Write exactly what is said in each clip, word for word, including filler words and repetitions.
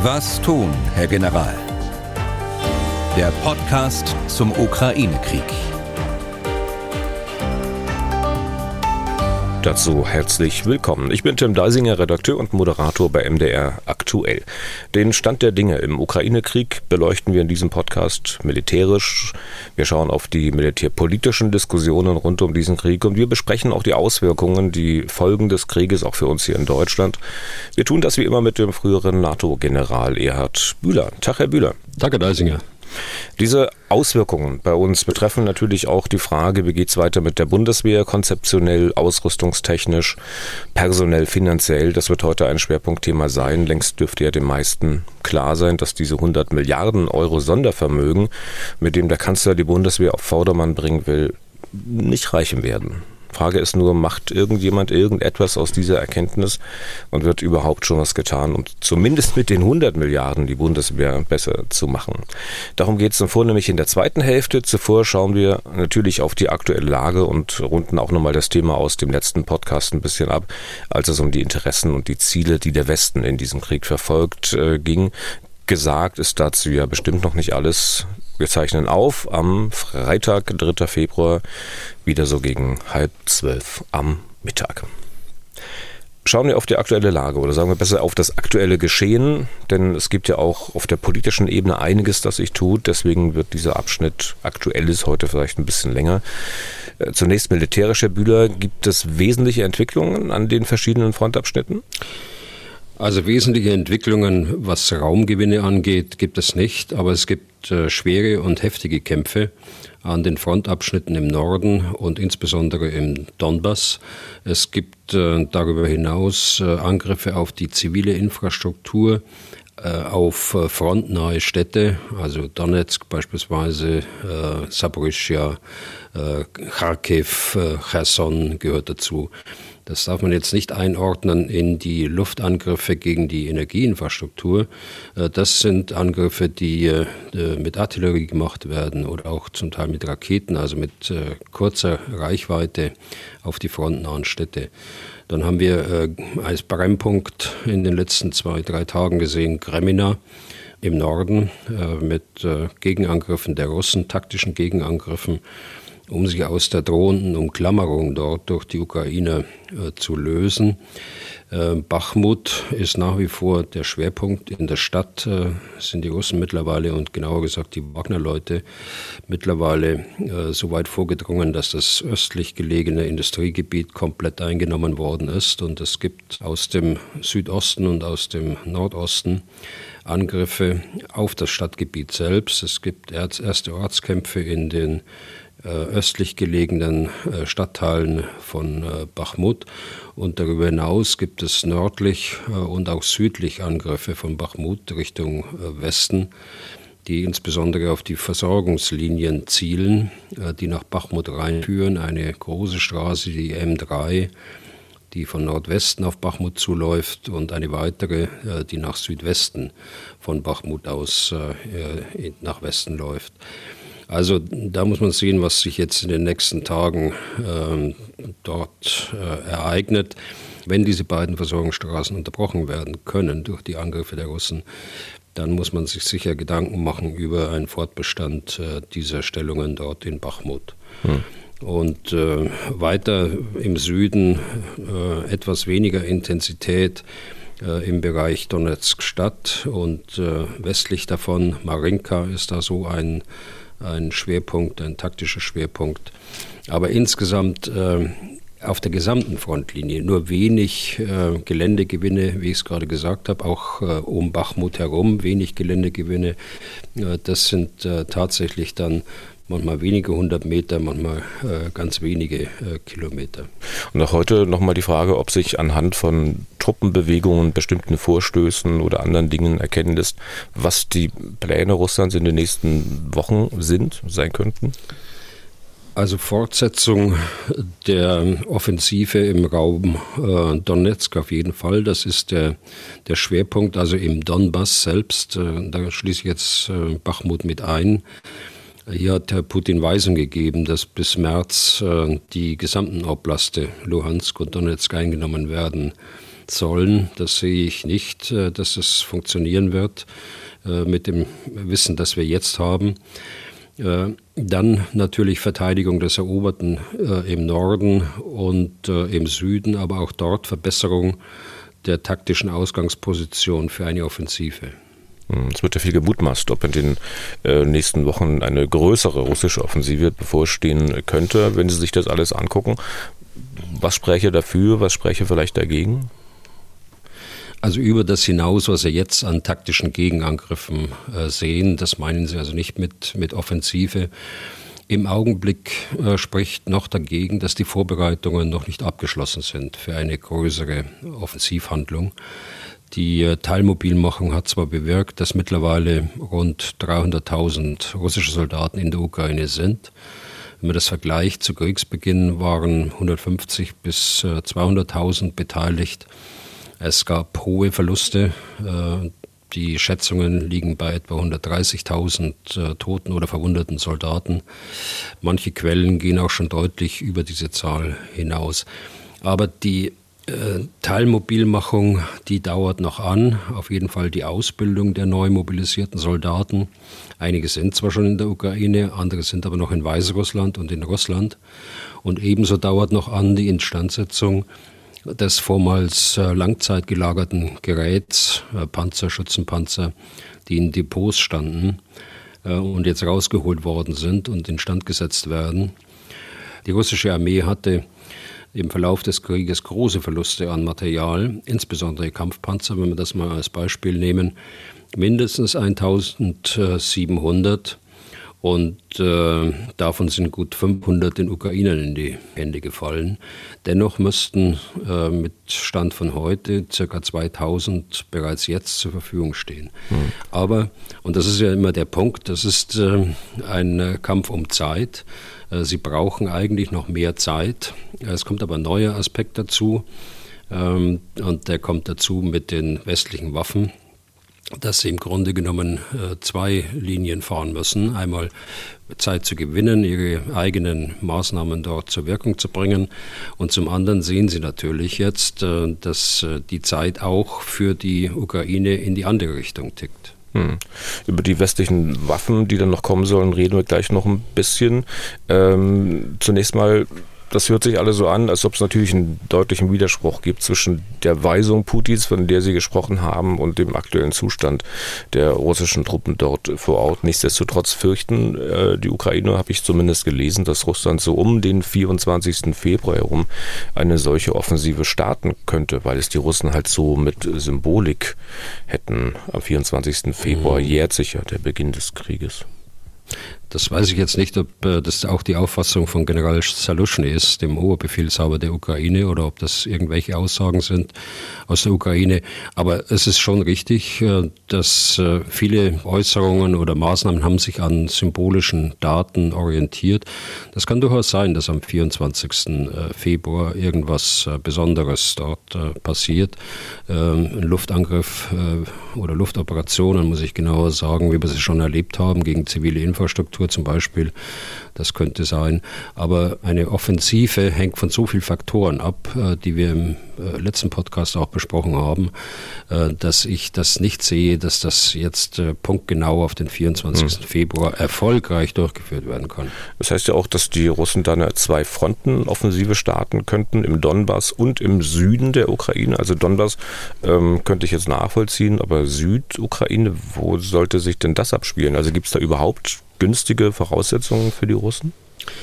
Was tun, Herr General? Der Podcast zum Ukraine-Krieg. Dazu herzlich willkommen. Ich bin Tim Deisinger, Redakteur und Moderator bei M D R Aktuell. Den Stand der Dinge im Ukraine-Krieg beleuchten wir in diesem Podcast militärisch. Wir schauen auf die militärpolitischen Diskussionen rund um diesen Krieg und wir besprechen auch die Auswirkungen, die Folgen des Krieges auch für uns hier in Deutschland. Wir tun das wie immer mit dem früheren NATO-General Erhard Bühler. Tag, Herr Bühler. Danke, Deisinger. Diese Auswirkungen bei uns betreffen natürlich auch die Frage, wie geht es weiter mit der Bundeswehr, konzeptionell, ausrüstungstechnisch, personell, finanziell. Das wird heute ein Schwerpunktthema sein. Längst dürfte ja den meisten klar sein, dass diese hundert Milliarden Euro Sondervermögen, mit dem der Kanzler die Bundeswehr auf Vordermann bringen will, nicht reichen werden. Frage ist nur, macht irgendjemand irgendetwas aus dieser Erkenntnis und wird überhaupt schon was getan, um zumindest mit den hundert Milliarden die Bundeswehr besser zu machen? Darum geht es dann vornehmlich in der zweiten Hälfte. Zuvor schauen wir natürlich auf die aktuelle Lage und runden auch nochmal das Thema aus dem letzten Podcast ein bisschen ab, als es um die Interessen und die Ziele, die der Westen in diesem Krieg verfolgt, äh, ging. Gesagt ist dazu ja bestimmt noch nicht alles. Wir zeichnen auf am Freitag, dritter Februar, wieder so gegen halb zwölf am Mittag. Schauen wir auf die aktuelle Lage oder sagen wir besser auf das aktuelle Geschehen, denn es gibt ja auch auf der politischen Ebene einiges, das sich tut. Deswegen wird dieser Abschnitt Aktuelles heute vielleicht ein bisschen länger. Zunächst militärischer Bühler, gibt es wesentliche Entwicklungen an den verschiedenen Frontabschnitten? Also wesentliche Entwicklungen, was Raumgewinne angeht, gibt es nicht, aber es gibt äh, schwere und heftige Kämpfe an den Frontabschnitten im Norden und insbesondere im Donbass. Es gibt äh, darüber hinaus äh, Angriffe auf die zivile Infrastruktur, äh, auf äh, frontnahe Städte, also Donetsk beispielsweise, äh, Saporischschja, äh, Charkiw, äh, Cherson gehört dazu. Das darf man jetzt nicht einordnen in die Luftangriffe gegen die Energieinfrastruktur. Das sind Angriffe, die mit Artillerie gemacht werden oder auch zum Teil mit Raketen, also mit kurzer Reichweite auf die frontnahen Städte. Dann haben wir als Brennpunkt in den letzten zwei, drei Tagen gesehen Gremina im Norden mit Gegenangriffen der Russen, taktischen Gegenangriffen, um sich aus der drohenden Umklammerung dort durch die Ukraine äh, zu lösen. Äh, Bachmut ist nach wie vor der Schwerpunkt. In der Stadt äh, sind die Russen mittlerweile und genauer gesagt die Wagner-Leute mittlerweile äh, so weit vorgedrungen, dass das östlich gelegene Industriegebiet komplett eingenommen worden ist. Und es gibt aus dem Südosten und aus dem Nordosten Angriffe auf das Stadtgebiet selbst. Es gibt erste Ortskämpfe in den östlich gelegenen Stadtteilen von Bachmut und darüber hinaus gibt es nördlich und auch südlich Angriffe von Bachmut Richtung Westen, die insbesondere auf die Versorgungslinien zielen, die nach Bachmut reinführen. Eine große Straße, die M drei, die von Nordwesten auf Bachmut zuläuft und eine weitere, die nach Südwesten von Bachmut aus nach Westen läuft. Also da muss man sehen, was sich jetzt in den nächsten Tagen äh, dort äh, ereignet. Wenn diese beiden Versorgungsstraßen unterbrochen werden können durch die Angriffe der Russen, dann muss man sich sicher Gedanken machen über einen Fortbestand äh, dieser Stellungen dort in Bachmut. Hm. Und äh, weiter im Süden äh, etwas weniger Intensität äh, im Bereich Donetsk-Stadt und äh, westlich davon Marinka ist da so ein ein Schwerpunkt, ein taktischer Schwerpunkt. Aber insgesamt äh, auf der gesamten Frontlinie nur wenig äh, Geländegewinne, wie ich es gerade gesagt habe, auch äh, um Bachmut herum wenig Geländegewinne. Äh, das sind äh, tatsächlich dann manchmal wenige hundert Meter, manchmal äh, ganz wenige äh, Kilometer. Und auch heute nochmal die Frage, ob sich anhand von Truppenbewegungen, bestimmten Vorstößen oder anderen Dingen erkennen lässt, was die Pläne Russlands in den nächsten Wochen sind, sein könnten? Also Fortsetzung der Offensive im Raum äh, Donetsk auf jeden Fall. Das ist der, der Schwerpunkt, also im Donbass selbst. Äh, da schließe ich jetzt äh, Bachmut mit ein. Hier hat Herr Putin Weisung gegeben, dass bis März äh, die gesamten Oblaste Luhansk und Donetsk eingenommen werden sollen. Das sehe ich nicht, dass es funktionieren wird mit dem Wissen, das wir jetzt haben. Dann natürlich Verteidigung des Eroberten im Norden und im Süden, aber auch dort Verbesserung der taktischen Ausgangsposition für eine Offensive. Es wird ja viel gemutmaßt, ob in den äh, nächsten Wochen eine größere russische Offensive bevorstehen könnte, wenn Sie sich das alles angucken. Was spräche dafür, was spräche vielleicht dagegen? Also über das hinaus, was Sie jetzt an taktischen Gegenangriffen äh, sehen, das meinen Sie also nicht mit, mit Offensive. Im Augenblick äh, spricht noch dagegen, dass die Vorbereitungen noch nicht abgeschlossen sind für eine größere Offensivhandlung. Die äh, Teilmobilmachung hat zwar bewirkt, dass mittlerweile rund dreihunderttausend russische Soldaten in der Ukraine sind. Wenn man das vergleicht, zu Kriegsbeginn waren hundertfünfzig bis zweihunderttausend beteiligt. Es gab hohe Verluste. Äh, Die Schätzungen liegen bei etwa hundertdreißigtausend äh, toten oder verwundeten Soldaten. Manche Quellen gehen auch schon deutlich über diese Zahl hinaus. Aber die äh, Teilmobilmachung, die dauert noch an. Auf jeden Fall die Ausbildung der neu mobilisierten Soldaten. Einige sind zwar schon in der Ukraine, andere sind aber noch in Weißrussland und in Russland. Und ebenso dauert noch an die Instandsetzung des vormals äh, langzeit gelagerten Geräts, äh, Panzer, Schützenpanzer, die in Depots standen äh, und jetzt rausgeholt worden sind und instand gesetzt werden. Die russische Armee hatte im Verlauf des Krieges große Verluste an Material, insbesondere Kampfpanzer, wenn wir das mal als Beispiel nehmen, mindestens eintausendsiebenhundert. Und äh, davon sind gut fünfhundert den Ukrainern in die Hände gefallen. Dennoch müssten äh, mit Stand von heute ca. zweitausend bereits jetzt zur Verfügung stehen. Mhm. Aber, und das ist ja immer der Punkt, das ist äh, ein äh, Kampf um Zeit. Äh, sie brauchen eigentlich noch mehr Zeit. Es kommt aber ein neuer Aspekt dazu. Ähm, und der kommt dazu mit den westlichen Waffen, dass sie im Grunde genommen äh, zwei Linien fahren müssen. Einmal Zeit zu gewinnen, ihre eigenen Maßnahmen dort zur Wirkung zu bringen. Und zum anderen sehen sie natürlich jetzt, äh, dass äh, die Zeit auch für die Ukraine in die andere Richtung tickt. Hm. Über die westlichen Waffen, die dann noch kommen sollen, reden wir gleich noch ein bisschen. Ähm, zunächst mal, das hört sich alles so an, als ob es natürlich einen deutlichen Widerspruch gibt zwischen der Weisung Putins, von der Sie gesprochen haben, und dem aktuellen Zustand der russischen Truppen dort vor Ort. Nichtsdestotrotz fürchten äh, die Ukrainer, habe ich zumindest gelesen, dass Russland so um den vierundzwanzigsten Februar herum eine solche Offensive starten könnte, weil es die Russen halt so mit Symbolik hätten. Am vierundzwanzigsten Februar mhm. jährt sich ja der Beginn des Krieges. Das weiß ich jetzt nicht, ob das auch die Auffassung von General Zaluschny ist, dem Oberbefehlshaber der Ukraine, oder ob das irgendwelche Aussagen sind aus der Ukraine. Aber es ist schon richtig, dass viele Äußerungen oder Maßnahmen haben sich an symbolischen Daten orientiert. Das kann durchaus sein, dass am vierundzwanzigsten Februar irgendwas Besonderes dort passiert. Ein Luftangriff oder Luftoperationen, muss ich genauer sagen, wie wir sie schon erlebt haben, gegen zivile Infrastruktur zum Beispiel, das könnte sein. Aber eine Offensive hängt von so vielen Faktoren ab, die wir im letzten Podcast auch besprochen haben, dass ich das nicht sehe, dass das jetzt punktgenau auf den vierundzwanzigsten Februar erfolgreich durchgeführt werden kann. Das heißt ja auch, dass die Russen dann eine Zwei-Fronten-Offensive starten könnten, im Donbass und im Süden der Ukraine. Also Donbass ähm, könnte ich jetzt nachvollziehen, aber Südukraine, wo sollte sich denn das abspielen? Also gibt es da überhaupt günstige Voraussetzungen für die Russen?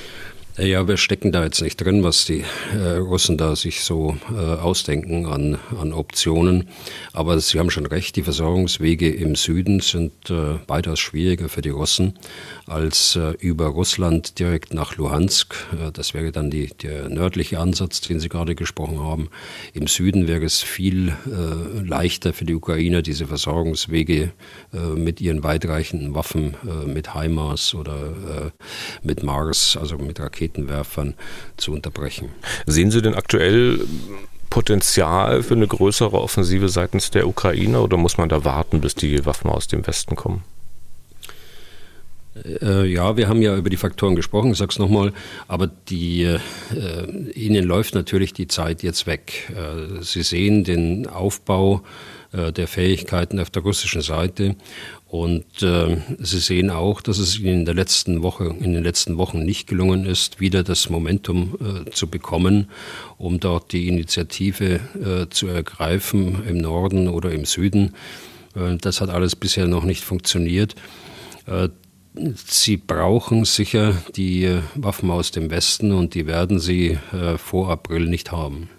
Ja, wir stecken da jetzt nicht drin, was die äh, Russen da sich so äh, ausdenken an, an Optionen. Aber Sie haben schon recht, die Versorgungswege im Süden sind äh, weitaus schwieriger für die Russen als äh, über Russland direkt nach Luhansk. Äh, das wäre dann die, der nördliche Ansatz, den Sie gerade gesprochen haben. Im Süden wäre es viel äh, leichter für die Ukrainer, diese Versorgungswege äh, mit ihren weitreichenden Waffen, äh, mit HIMARS oder äh, mit Mars, also mit Raketen, Werfern zu unterbrechen. Sehen Sie denn aktuell Potenzial für eine größere Offensive seitens der Ukraine, oder muss man da warten, bis die Waffen aus dem Westen kommen? Äh, ja, wir haben ja über die Faktoren gesprochen, ich sage es nochmal, aber die, äh, Ihnen läuft natürlich die Zeit jetzt weg. Äh, Sie sehen den Aufbau äh, der Fähigkeiten auf der russischen Seite und äh, Sie sehen auch, dass es Ihnen in der letzten Woche, in den letzten Wochen nicht gelungen ist, wieder das Momentum äh, zu bekommen, um dort die Initiative äh, zu ergreifen im Norden oder im Süden. Äh, das hat alles bisher noch nicht funktioniert. Äh, Sie brauchen sicher die äh, Waffen aus dem Westen und die werden Sie äh, vor April nicht haben.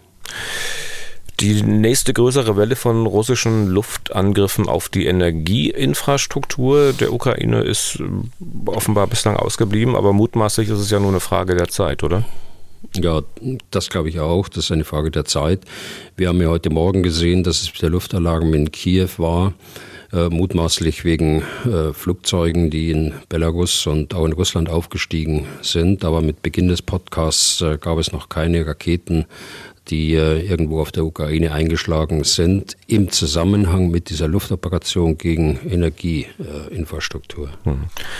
Die nächste größere Welle von russischen Luftangriffen auf die Energieinfrastruktur der Ukraine ist offenbar bislang ausgeblieben, aber mutmaßlich ist es ja nur eine Frage der Zeit, oder? Ja, das glaube ich auch. Das ist eine Frage der Zeit. Wir haben ja heute Morgen gesehen, dass es der Luftalarm in Kiew war, äh, mutmaßlich wegen äh, Flugzeugen, die in Belarus und auch in Russland aufgestiegen sind. Aber mit Beginn des Podcasts äh, gab es noch keine Raketen, die äh, irgendwo auf der Ukraine eingeschlagen sind, im Zusammenhang mit dieser Luftoperation gegen Energieinfrastruktur. Hm.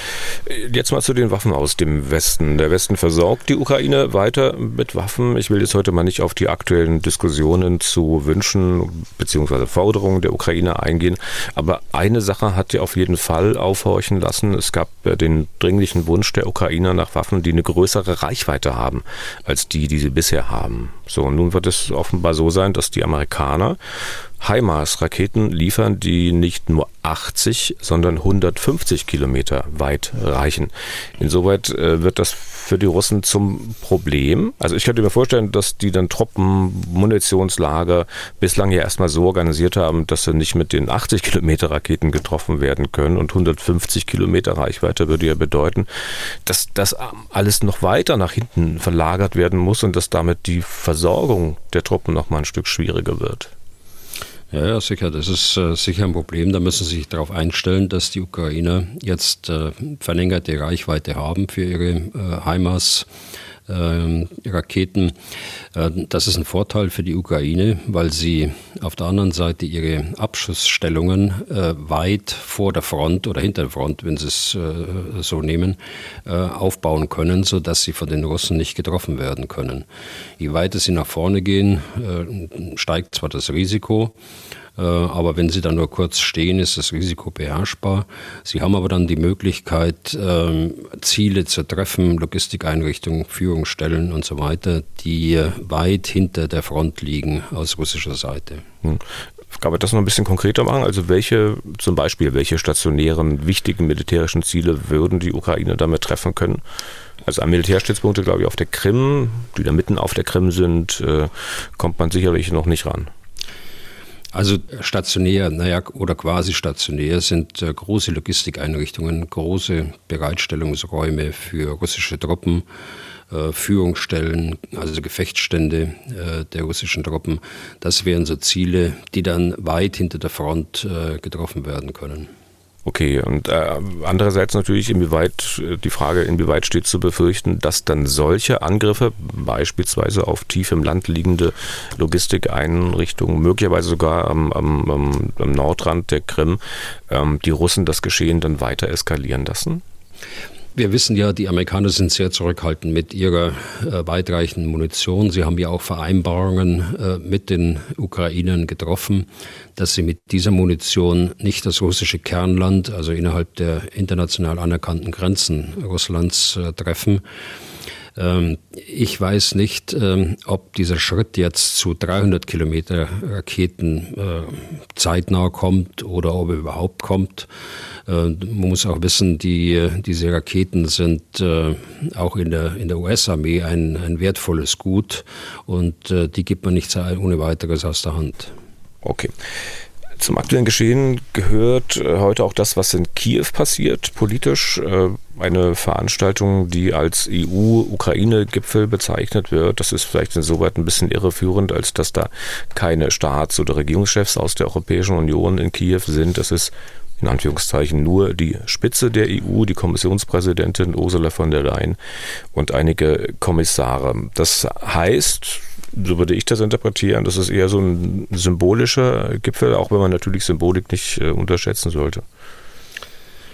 Jetzt mal zu den Waffen aus dem Westen. Der Westen versorgt die Ukraine weiter mit Waffen. Ich will jetzt heute mal nicht auf die aktuellen Diskussionen zu Wünschen bzw. Forderungen der Ukraine eingehen, aber eine Sache hat ja auf jeden Fall aufhorchen lassen. Es gab den dringlichen Wunsch der Ukrainer nach Waffen, die eine größere Reichweite haben, als die, die sie bisher haben. So, und nun wird es offenbar so sein, dass die Amerikaner HIMARS-Raketen liefern, die nicht nur achtzig, sondern hundertfünfzig Kilometer weit reichen. Insoweit äh, wird das für die Russen zum Problem. Also ich könnte mir vorstellen, dass die dann Truppen, Munitionslager bislang ja erstmal so organisiert haben, dass sie nicht mit den achtzig Kilometer Raketen getroffen werden können und hundertfünfzig Kilometer Reichweite würde ja bedeuten, dass das alles noch weiter nach hinten verlagert werden muss und dass damit die Versorgung der Truppen noch mal ein Stück schwieriger wird. Ja, ja, sicher. Das ist äh, sicher ein Problem. Da müssen Sie sich darauf einstellen, dass die Ukrainer jetzt äh, verlängerte Reichweite haben für ihre äh, HIMARS. Äh, Raketen. Äh, das ist ein Vorteil für die Ukraine, weil sie auf der anderen Seite ihre Abschussstellungen äh, weit vor der Front oder hinter der Front, wenn sie es äh, so nehmen, äh, aufbauen können, sodass sie von den Russen nicht getroffen werden können. Je weiter sie nach vorne gehen, äh, steigt zwar das Risiko, aber wenn sie dann nur kurz stehen, ist das Risiko beherrschbar. Sie haben aber dann die Möglichkeit, Ziele zu treffen, Logistikeinrichtungen, Führungsstellen und so weiter, die weit hinter der Front liegen aus russischer Seite. Hm. Kann man das noch ein bisschen konkreter machen? Also welche, zum Beispiel, welche stationären, wichtigen militärischen Ziele würden die Ukrainer damit treffen können? Also an Militärstützpunkte, glaube ich, auf der Krim, die da mitten auf der Krim sind, kommt man sicherlich noch nicht ran. Also stationär, naja, oder quasi stationär sind äh, große Logistikeinrichtungen, große Bereitstellungsräume für russische Truppen, äh, Führungsstellen, also Gefechtsstände äh, der russischen Truppen. Das wären so Ziele, die dann weit hinter der Front äh, getroffen werden können. Okay, und äh, andererseits natürlich, inwieweit die Frage, inwieweit steht zu befürchten, dass dann solche Angriffe, beispielsweise auf tief im Land liegende Logistikeinrichtungen, möglicherweise sogar am, am, am Nordrand der Krim, ähm, die Russen das Geschehen dann weiter eskalieren lassen? Wir wissen ja, die Amerikaner sind sehr zurückhaltend mit ihrer äh, weitreichenden Munition. Sie haben ja auch Vereinbarungen äh, mit den Ukrainern getroffen, dass sie mit dieser Munition nicht das russische Kernland, also innerhalb der international anerkannten Grenzen Russlands, äh, treffen. Ähm, ich weiß nicht, ähm, ob dieser Schritt jetzt zu dreihundert Kilometer Raketen äh, zeitnah kommt oder ob er überhaupt kommt. Äh, man muss auch wissen, die, diese Raketen sind äh, auch in der, in der U S-Armee ein, ein wertvolles Gut und äh, die gibt man nicht ohne weiteres aus der Hand. Okay. Zum aktuellen Geschehen gehört heute auch das, was in Kiew passiert, politisch. Eine Veranstaltung, die als E U-Ukraine-Gipfel bezeichnet wird. Das ist vielleicht insoweit ein bisschen irreführend, als dass da keine Staats- oder Regierungschefs aus der Europäischen Union in Kiew sind. Das ist in Anführungszeichen nur die Spitze der E U, die Kommissionspräsidentin Ursula von der Leyen und einige Kommissare. Das heißt, so würde ich das interpretieren, das ist eher so ein symbolischer Gipfel, auch wenn man natürlich Symbolik nicht äh, unterschätzen sollte.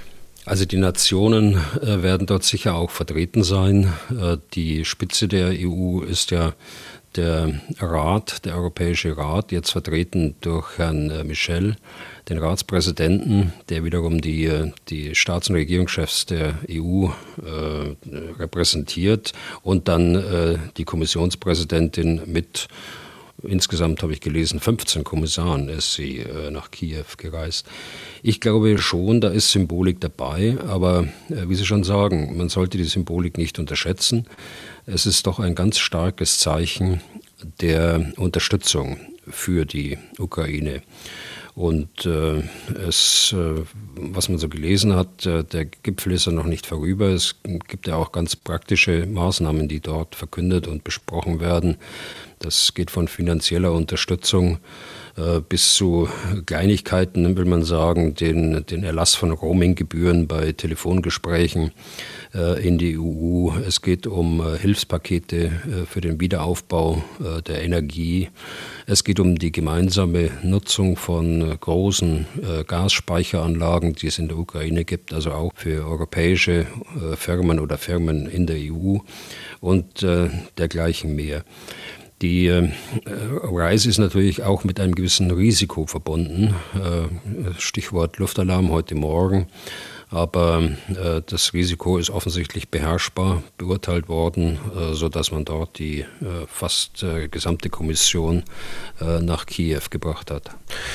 Also die Nationen äh, werden dort sicher auch vertreten sein. Äh, die Spitze der E U ist ja der Rat, der Europäische Rat, jetzt vertreten durch Herrn äh, Michel, den Ratspräsidenten, der wiederum die, die Staats- und Regierungschefs der E U äh, repräsentiert, und dann äh, die Kommissionspräsidentin mit, insgesamt habe ich gelesen, fünfzehn Kommissaren ist sie äh, nach Kiew gereist. Ich glaube schon, da ist Symbolik dabei, aber äh, wie Sie schon sagen, man sollte die Symbolik nicht unterschätzen. Es ist doch ein ganz starkes Zeichen der Unterstützung für die Ukraine. Und äh, es, äh, was man so gelesen hat, äh, der Gipfel ist ja noch nicht vorüber. Es gibt ja auch ganz praktische Maßnahmen, die dort verkündet und besprochen werden. Das geht von finanzieller Unterstützung äh, bis zu Kleinigkeiten, will man sagen, den, den Erlass von Roaminggebühren bei Telefongesprächen äh, in die E U. Es geht um äh, Hilfspakete äh, für den Wiederaufbau äh, der Energie. Es geht um die gemeinsame Nutzung von äh, großen äh, Gasspeicheranlagen, die es in der Ukraine gibt, also auch für europäische äh, Firmen oder Firmen in der E U und äh, dergleichen mehr. Die äh, Reise ist natürlich auch mit einem gewissen Risiko verbunden. Äh, Stichwort Luftalarm heute Morgen. Aber äh, das Risiko ist offensichtlich beherrschbar beurteilt worden, äh, sodass man dort die äh, fast äh, gesamte Kommission äh, nach Kiew gebracht hat.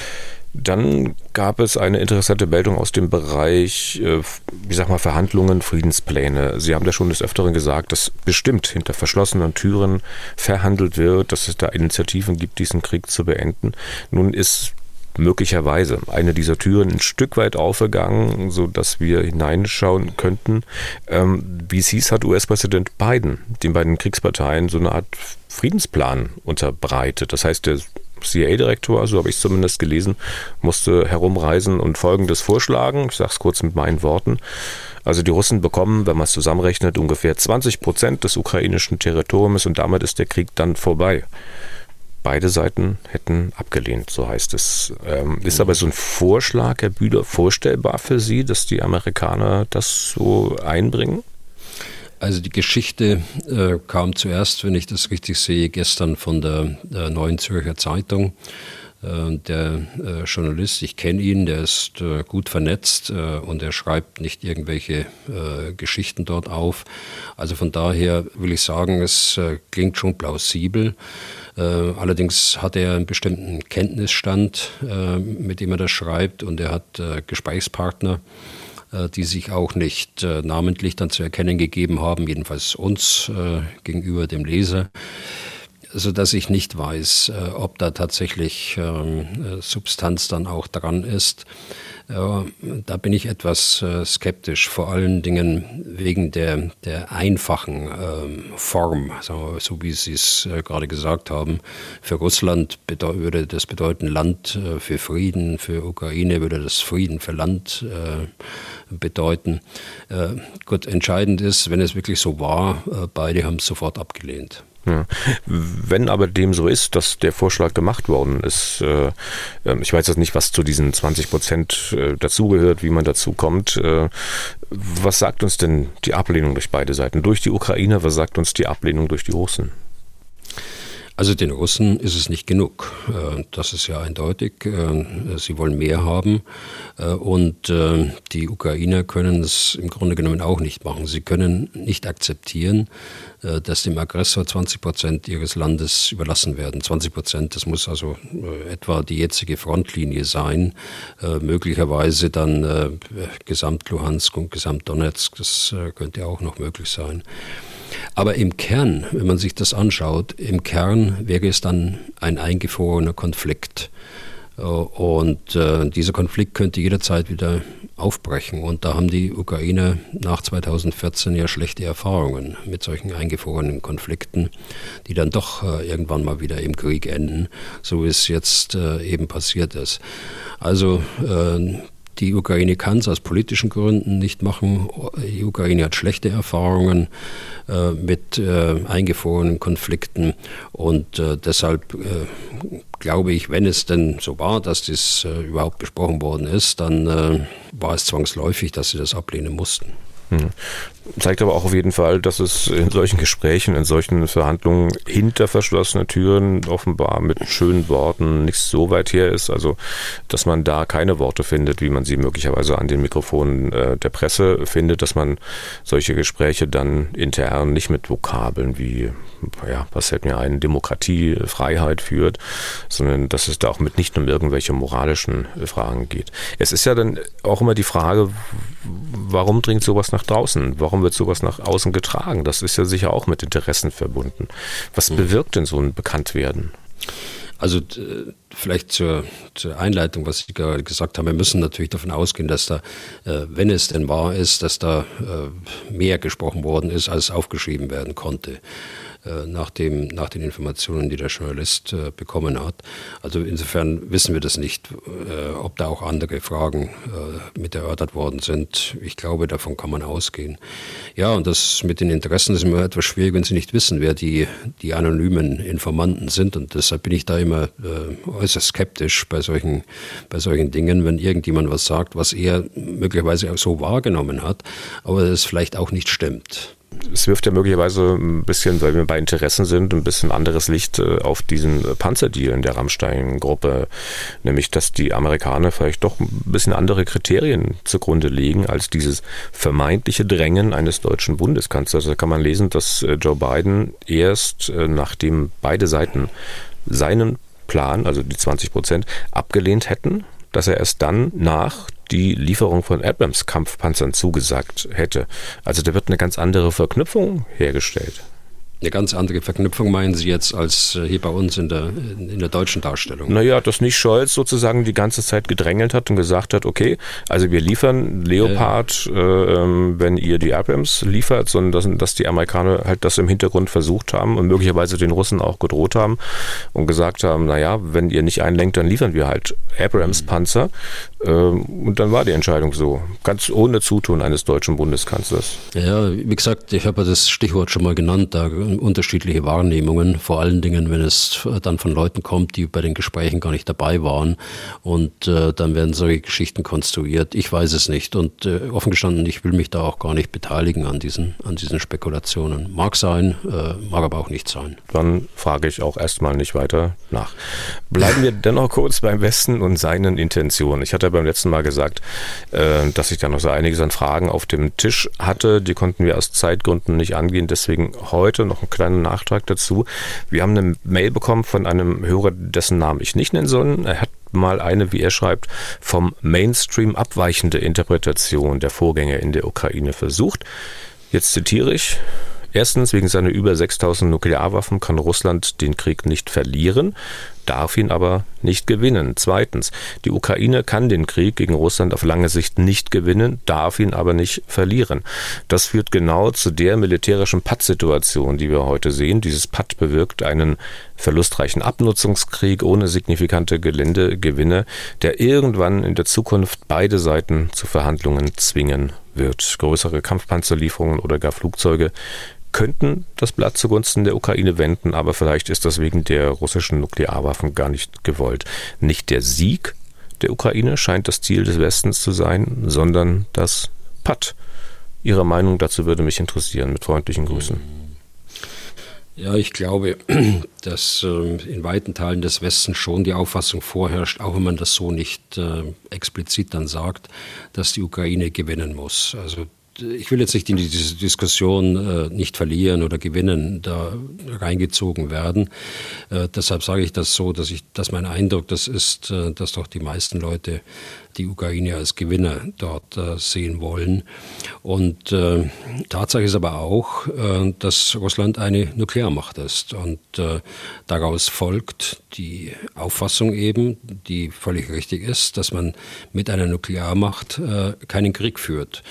Dann gab es eine interessante Meldung aus dem Bereich, wie sag mal, Verhandlungen, Friedenspläne. Sie haben ja schon des Öfteren gesagt, dass bestimmt hinter verschlossenen Türen verhandelt wird, dass es da Initiativen gibt, diesen Krieg zu beenden. Nun ist möglicherweise eine dieser Türen ein Stück weit aufgegangen, sodass wir hineinschauen könnten. Wie es hieß, hat U S-Präsident Biden den beiden Kriegsparteien so eine Art Friedensplan unterbreitet. Das heißt, der C I A-Direktor, so habe ich es zumindest gelesen, musste herumreisen und Folgendes vorschlagen. Ich sage es kurz mit meinen Worten. Also die Russen bekommen, wenn man es zusammenrechnet, ungefähr zwanzig Prozent des ukrainischen Territoriums und damit ist der Krieg dann vorbei. Beide Seiten hätten abgelehnt, so heißt es. Ähm, ist aber so ein Vorschlag, Herr Bühler, vorstellbar für Sie, dass die Amerikaner das so einbringen? Also die Geschichte äh, kam zuerst, wenn ich das richtig sehe, gestern von der, der Neuen Zürcher Zeitung. Äh, der äh, Journalist, ich kenne ihn, der ist äh, gut vernetzt äh, und er schreibt nicht irgendwelche äh, Geschichten dort auf. Also von daher will ich sagen, es äh, klingt schon plausibel. Äh, allerdings hat er einen bestimmten Kenntnisstand, äh, mit dem er das schreibt, und er hat äh, Gesprächspartner, die sich auch nicht äh, namentlich dann zu erkennen gegeben haben, jedenfalls uns äh, gegenüber dem Leser, sodass ich nicht weiß, äh, ob da tatsächlich äh, Substanz dann auch dran ist. Äh, da bin ich etwas äh, skeptisch, vor allen Dingen wegen der, der einfachen äh, Form, so, so wie Sie es äh, gerade gesagt haben. Für Russland bedeu- würde das bedeuten Land äh, für Frieden, für Ukraine würde das Frieden für Land äh, bedeuten. Äh, gut, entscheidend ist, wenn es wirklich so war, äh, beide haben es sofort abgelehnt. Ja. Wenn aber dem so ist, dass der Vorschlag gemacht worden ist, äh, ich weiß jetzt nicht, was zu diesen zwanzig Prozent äh, dazugehört, wie man dazu kommt. Äh, was sagt uns denn die Ablehnung durch beide Seiten? Durch die Ukrainer, was sagt uns die Ablehnung durch die Russen? Also den Russen ist es nicht genug. Das ist ja eindeutig. Sie wollen mehr haben. Und die Ukrainer können es im Grunde genommen auch nicht machen. Sie können nicht akzeptieren, dass dem Aggressor zwanzig Prozent ihres Landes überlassen werden. zwanzig Prozent, das muss also etwa die jetzige Frontlinie sein. Möglicherweise dann Gesamt Luhansk und Gesamt Donetsk. Das könnte auch noch möglich sein. Aber im Kern, wenn man sich das anschaut, im Kern wäre es dann ein eingefrorener Konflikt. Und äh, dieser Konflikt könnte jederzeit wieder aufbrechen. Und da haben die Ukrainer nach zweitausendvierzehn ja schlechte Erfahrungen mit solchen eingefrorenen Konflikten, die dann doch äh, irgendwann mal wieder im Krieg enden, so wie es jetzt äh, eben passiert ist. Also äh, Die Ukraine kann es aus politischen Gründen nicht machen. Die Ukraine hat schlechte Erfahrungen äh, mit äh, eingefrorenen Konflikten und äh, deshalb äh, glaube ich, wenn es denn so war, dass das äh, überhaupt besprochen worden ist, dann äh, war es zwangsläufig, dass sie das ablehnen mussten. Hm. Zeigt aber auch auf jeden Fall, dass es in solchen Gesprächen, in solchen Verhandlungen hinter verschlossenen Türen offenbar mit schönen Worten nicht so weit her ist. Also, dass man da keine Worte findet, wie man sie möglicherweise an den Mikrofonen äh, der Presse findet, dass man solche Gespräche dann intern nicht mit Vokabeln wie, ja, was fällt mir ein, Demokratie, Freiheit führt, sondern dass es da auch mit nicht um irgendwelche moralischen Fragen geht. Es ist ja dann auch immer die Frage, warum dringt sowas nach draußen? Warum wird sowas nach außen getragen? Das ist ja sicher auch mit Interessen verbunden. Was bewirkt denn so ein Bekanntwerden? Also vielleicht zur, zur Einleitung, was Sie gerade gesagt haben, wir müssen natürlich davon ausgehen, dass da, äh, wenn es denn wahr ist, dass da äh, mehr gesprochen worden ist, als aufgeschrieben werden konnte. Nach, dem, nach den Informationen, die der Journalist äh, bekommen hat. Also insofern wissen wir das nicht, äh, ob da auch andere Fragen äh, mit erörtert worden sind. Ich glaube, davon kann man ausgehen. Ja, und das mit den Interessen ist immer etwas schwierig, wenn Sie nicht wissen, wer die, die anonymen Informanten sind. Und deshalb bin ich da immer äh, äußerst skeptisch bei solchen, bei solchen Dingen, wenn irgendjemand was sagt, was er möglicherweise auch so wahrgenommen hat, aber es vielleicht auch nicht stimmt. Es wirft ja möglicherweise ein bisschen, weil wir bei Interessen sind, ein bisschen anderes Licht auf diesen Panzerdeal in der Rammstein-Gruppe. Nämlich, dass die Amerikaner vielleicht doch ein bisschen andere Kriterien zugrunde legen als dieses vermeintliche Drängen eines deutschen Bundeskanzlers. Da kann man lesen, dass Joe Biden erst, nachdem beide Seiten seinen Plan, also die zwanzig Prozent, abgelehnt hätten, dass er erst dann nach die Lieferung von Abrams-Kampfpanzern zugesagt hätte. Also da wird eine ganz andere Verknüpfung hergestellt. Eine ganz andere Verknüpfung meinen Sie jetzt als hier bei uns in der, in der deutschen Darstellung? Naja, dass nicht Scholz sozusagen die ganze Zeit gedrängelt hat und gesagt hat, okay, also wir liefern Leopard, ja. äh, wenn ihr die Abrams liefert, sondern dass, dass die Amerikaner halt das im Hintergrund versucht haben und möglicherweise den Russen auch gedroht haben und gesagt haben, naja, wenn ihr nicht einlenkt, dann liefern wir halt Abrams-Panzer. Mhm. Äh, und dann war die Entscheidung so, ganz ohne Zutun eines deutschen Bundeskanzlers. Ja, wie gesagt, ich habe das Stichwort schon mal genannt, da unterschiedliche Wahrnehmungen, vor allen Dingen, wenn es dann von Leuten kommt, die bei den Gesprächen gar nicht dabei waren und äh, dann werden solche Geschichten konstruiert. Ich weiß es nicht und äh, offen gestanden, ich will mich da auch gar nicht beteiligen an diesen, an diesen Spekulationen. Mag sein, äh, mag aber auch nicht sein. Dann frage ich auch erstmal nicht weiter nach. Bleiben wir dennoch kurz beim Westen und seinen Intentionen. Ich hatte beim letzten Mal gesagt, äh, dass ich da noch so einiges an Fragen auf dem Tisch hatte. Die konnten wir aus Zeitgründen nicht angehen, deswegen heute noch einen kleinen Nachtrag dazu. Wir haben eine Mail bekommen von einem Hörer, dessen Namen ich nicht nennen soll. Er hat mal eine, wie er schreibt, vom Mainstream abweichende Interpretation der Vorgänge in der Ukraine versucht. Jetzt zitiere ich. Erstens, wegen seiner über sechstausend Nuklearwaffen kann Russland den Krieg nicht verlieren, darf ihn aber nicht gewinnen. Zweitens, die Ukraine kann den Krieg gegen Russland auf lange Sicht nicht gewinnen, darf ihn aber nicht verlieren. Das führt genau zu der militärischen Pattsituation, die wir heute sehen. Dieses Patt bewirkt einen verlustreichen Abnutzungskrieg ohne signifikante Geländegewinne, der irgendwann in der Zukunft beide Seiten zu Verhandlungen zwingen wird. Größere Kampfpanzerlieferungen oder gar Flugzeuge könnten das Blatt zugunsten der Ukraine wenden, aber vielleicht ist das wegen der russischen Nuklearwaffen gar nicht gewollt. Nicht der Sieg der Ukraine scheint das Ziel des Westens zu sein, sondern das Patt. Ihre Meinung dazu würde mich interessieren. Mit freundlichen Grüßen. Ja, ich glaube, dass äh, in weiten Teilen des Westens schon die Auffassung vorherrscht, auch wenn man das so nicht äh, explizit dann sagt, dass die Ukraine gewinnen muss. Also ich will jetzt nicht in diese Diskussion äh, nicht verlieren oder gewinnen, da reingezogen werden. Äh, deshalb sage ich das so, dass ich, dass mein Eindruck das ist, äh, dass doch die meisten Leute die Ukraine als Gewinner dort äh, sehen wollen. Und äh, Tatsache ist aber auch, äh, dass Russland eine Nuklearmacht ist. Und äh, daraus folgt die Auffassung eben, die völlig richtig ist, dass man mit einer Nuklearmacht äh, keinen Krieg führt.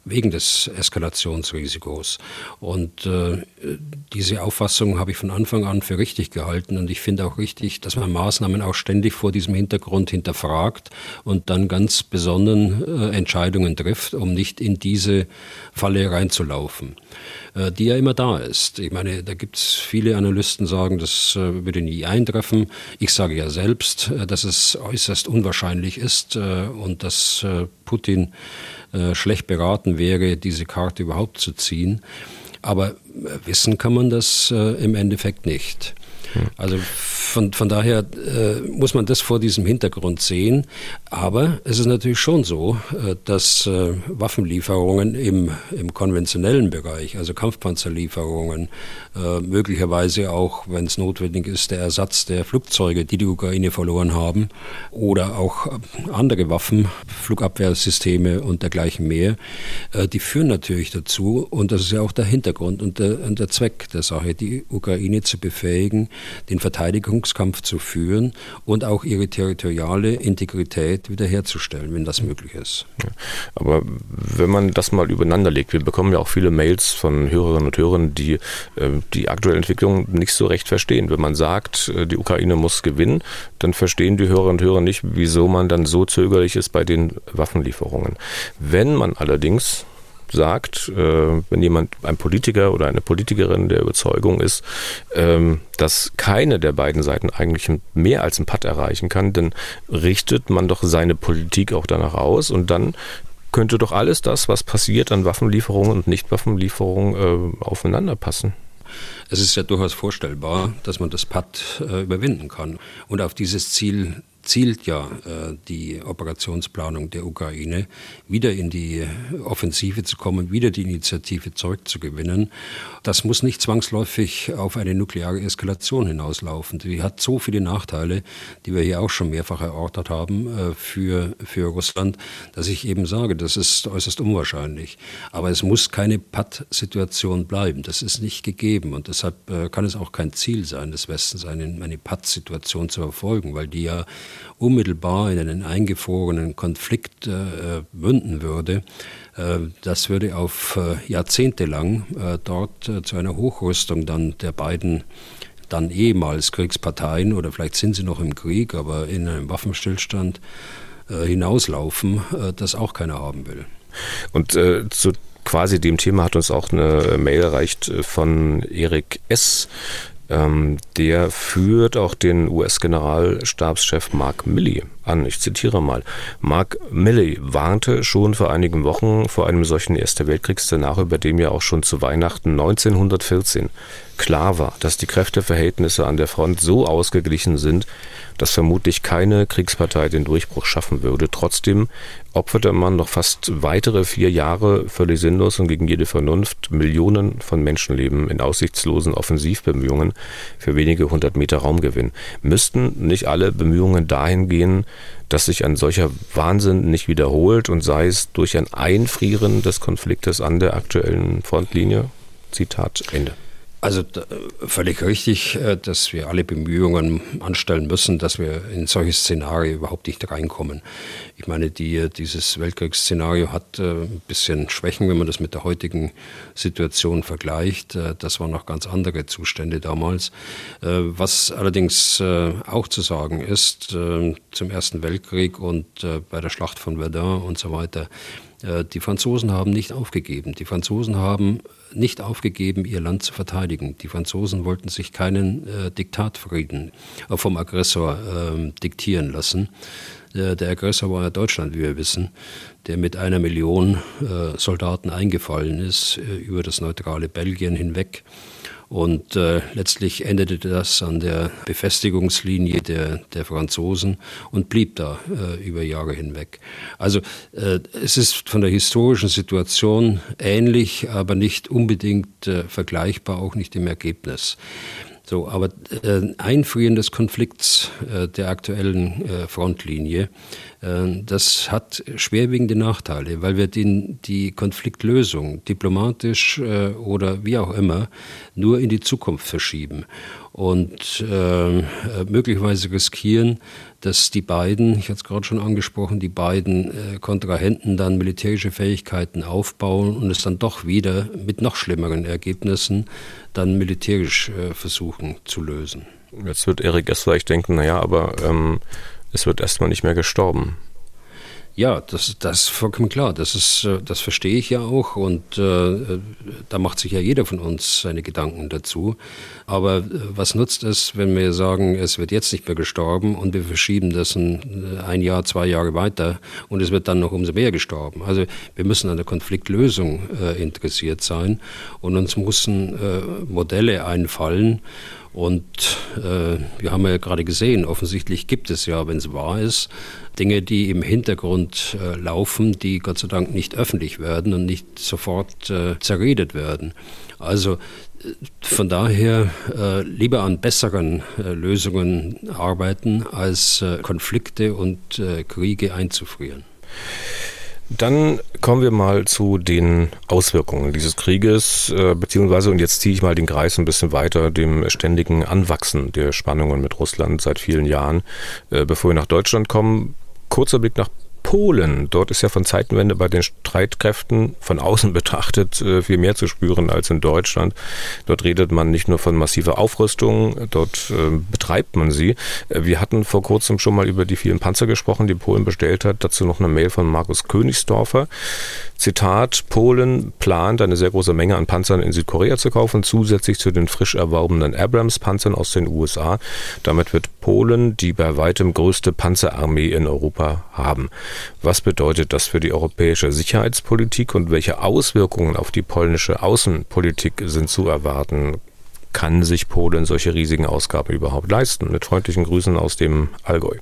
wegen des Eskalationsrisikos. Und äh, diese Auffassung habe ich von Anfang an für richtig gehalten. Und ich finde auch richtig, dass man Maßnahmen auch ständig vor diesem Hintergrund hinterfragt und dann ganz besonnen äh, Entscheidungen trifft, um nicht in diese Falle reinzulaufen, äh, die ja immer da ist. Ich meine, da gibt es viele Analysten, sagen, das äh, würde nie eintreffen. Ich sage ja selbst, äh, dass es äußerst unwahrscheinlich ist äh, und dass äh, Putin äh, schlecht beraten wäre, diese Karte überhaupt zu ziehen. Aber äh, wissen kann man das äh, im Endeffekt nicht. Also von, von daher äh, muss man das vor diesem Hintergrund sehen. Aber es ist natürlich schon so, äh, dass äh, Waffenlieferungen im, im konventionellen Bereich, also Kampfpanzerlieferungen, äh, möglicherweise auch, wenn es notwendig ist, der Ersatz der Flugzeuge, die die Ukraine verloren haben, oder auch andere Waffen, Flugabwehrsysteme und dergleichen mehr, äh, die führen natürlich dazu, und das ist ja auch der Hintergrund und der, und der Zweck der Sache, die Ukraine zu befähigen, den Verteidigungskampf zu führen und auch ihre territoriale Integrität wiederherzustellen, wenn das möglich ist. Ja, aber wenn man das mal übereinander legt, wir bekommen ja auch viele Mails von Hörerinnen und Hörern, die äh, die aktuelle Entwicklung nicht so recht verstehen. Wenn man sagt, äh, die Ukraine muss gewinnen, dann verstehen die Hörerinnen und Hörer nicht, wieso man dann so zögerlich ist bei den Waffenlieferungen. Wenn man allerdings sagt, äh, wenn jemand, ein Politiker oder eine Politikerin der Überzeugung ist, ähm, dass keine der beiden Seiten eigentlich mehr als einen Patt erreichen kann, dann richtet man doch seine Politik auch danach aus, und dann könnte doch alles das, was passiert an Waffenlieferungen und Nicht-Waffenlieferungen, äh, aufeinander passen. Es ist ja durchaus vorstellbar, dass man das Patt äh, überwinden kann. Und auf dieses Ziel zielt ja äh, die Operationsplanung der Ukraine, wieder in die Offensive zu kommen, wieder die Initiative zurückzugewinnen. Das muss nicht zwangsläufig auf eine nukleare Eskalation hinauslaufen. Die hat so viele Nachteile, die wir hier auch schon mehrfach erörtert haben, äh, für, für Russland, dass ich eben sage, das ist äußerst unwahrscheinlich. Aber es muss keine Patt-Situation bleiben. Das ist nicht gegeben. Und deshalb äh, kann es auch kein Ziel sein des Westens, eine, eine Patt-Situation zu verfolgen, weil die ja unmittelbar in einen eingefrorenen Konflikt äh, münden würde. Äh, das würde auf äh, Jahrzehnte lang äh, dort äh, zu einer Hochrüstung dann der beiden dann ehemals Kriegsparteien, oder vielleicht sind sie noch im Krieg, aber in einem Waffenstillstand äh, hinauslaufen, äh, das auch keiner haben will. Und äh, zu quasi dem Thema hat uns auch eine Mail erreicht von Erik S., Ähm, der führt auch den U S-Generalstabschef Mark Milley an. Ich zitiere mal. Mark Milley warnte schon vor einigen Wochen vor einem solchen Erster Weltkriegsszenario, bei dem ja auch schon zu Weihnachten neunzehnhundertvierzehn klar war, dass die Kräfteverhältnisse an der Front so ausgeglichen sind, dass vermutlich keine Kriegspartei den Durchbruch schaffen würde. Trotzdem opferte man noch fast weitere vier Jahre völlig sinnlos und gegen jede Vernunft Millionen von Menschenleben in aussichtslosen Offensivbemühungen für wenige hundert Meter Raumgewinn. Müssten nicht alle Bemühungen dahin gehen, dass sich ein solcher Wahnsinn nicht wiederholt, und sei es durch ein Einfrieren des Konfliktes an der aktuellen Frontlinie? Zitat Ende. Also völlig richtig, dass wir alle Bemühungen anstellen müssen, dass wir in solche Szenarien überhaupt nicht reinkommen. Ich meine, die, dieses Weltkriegsszenario hat ein bisschen Schwächen, wenn man das mit der heutigen Situation vergleicht. Das waren noch ganz andere Zustände damals. Was allerdings auch zu sagen ist, zum Ersten Weltkrieg und bei der Schlacht von Verdun und so weiter, die Franzosen haben nicht aufgegeben. Die Franzosen haben nicht aufgegeben, ihr Land zu verteidigen. Die Franzosen wollten sich keinen äh, Diktatfrieden äh, vom Aggressor äh, diktieren lassen. Äh, der Aggressor war ja Deutschland, wie wir wissen, der mit einer Million äh, Soldaten eingefallen ist äh, über das neutrale Belgien hinweg. Und äh, letztlich endete das an der Befestigungslinie der, der Franzosen und blieb da äh, über Jahre hinweg. Also äh, es ist von der historischen Situation ähnlich, aber nicht unbedingt äh, vergleichbar, auch nicht im Ergebnis. So, aber äh, Einfrieren des Konflikts äh, der aktuellen äh, Frontlinie, äh, das hat schwerwiegende Nachteile, weil wir den, die Konfliktlösung diplomatisch äh, oder wie auch immer nur in die Zukunft verschieben. und äh, möglicherweise riskieren, dass die beiden, ich hatte es gerade schon angesprochen, die beiden äh, Kontrahenten dann militärische Fähigkeiten aufbauen und es dann doch wieder mit noch schlimmeren Ergebnissen dann militärisch äh, versuchen zu lösen. Jetzt wird Erik S. vielleicht denken, naja, aber ähm, es wird erstmal nicht mehr gestorben. Ja, das, das ist vollkommen klar. Das ist, das verstehe ich ja auch und äh, da macht sich ja jeder von uns seine Gedanken dazu. Aber äh, was nutzt es, wenn wir sagen, es wird jetzt nicht mehr gestorben und wir verschieben das ein, ein Jahr, zwei Jahre weiter und es wird dann noch umso mehr gestorben. Also wir müssen an der Konfliktlösung äh, interessiert sein und uns müssen äh, Modelle einfallen. Und äh, wir haben ja gerade gesehen, offensichtlich gibt es ja, wenn es wahr ist, Dinge, die im Hintergrund äh, laufen, die Gott sei Dank nicht öffentlich werden und nicht sofort äh, zerredet werden. Also äh, von daher äh, lieber an besseren äh, Lösungen arbeiten, als äh, Konflikte und äh, Kriege einzufrieren. Dann kommen wir mal zu den Auswirkungen dieses Krieges, äh, beziehungsweise, und jetzt ziehe ich mal den Kreis ein bisschen weiter, dem ständigen Anwachsen der Spannungen mit Russland seit vielen Jahren. Äh, bevor wir nach Deutschland kommen, kurzer Blick nach Polen. Dort ist ja von Zeitenwende bei den Streitkräften von außen betrachtet äh, viel mehr zu spüren als in Deutschland. Dort redet man nicht nur von massiver Aufrüstung, dort äh, betreibt man sie. Äh, wir hatten vor kurzem schon mal über die vielen Panzer gesprochen, die Polen bestellt hat. Dazu noch eine Mail von Markus Königsdorfer. Zitat: Polen plant, eine sehr große Menge an Panzern in Südkorea zu kaufen, zusätzlich zu den frisch erworbenen Abrams-Panzern aus den U S A. Damit wird Polen die bei weitem größte Panzerarmee in Europa haben. Was bedeutet das für die europäische Sicherheitspolitik und welche Auswirkungen auf die polnische Außenpolitik sind zu erwarten? Kann sich Polen solche riesigen Ausgaben überhaupt leisten? Mit freundlichen Grüßen aus dem Allgäu.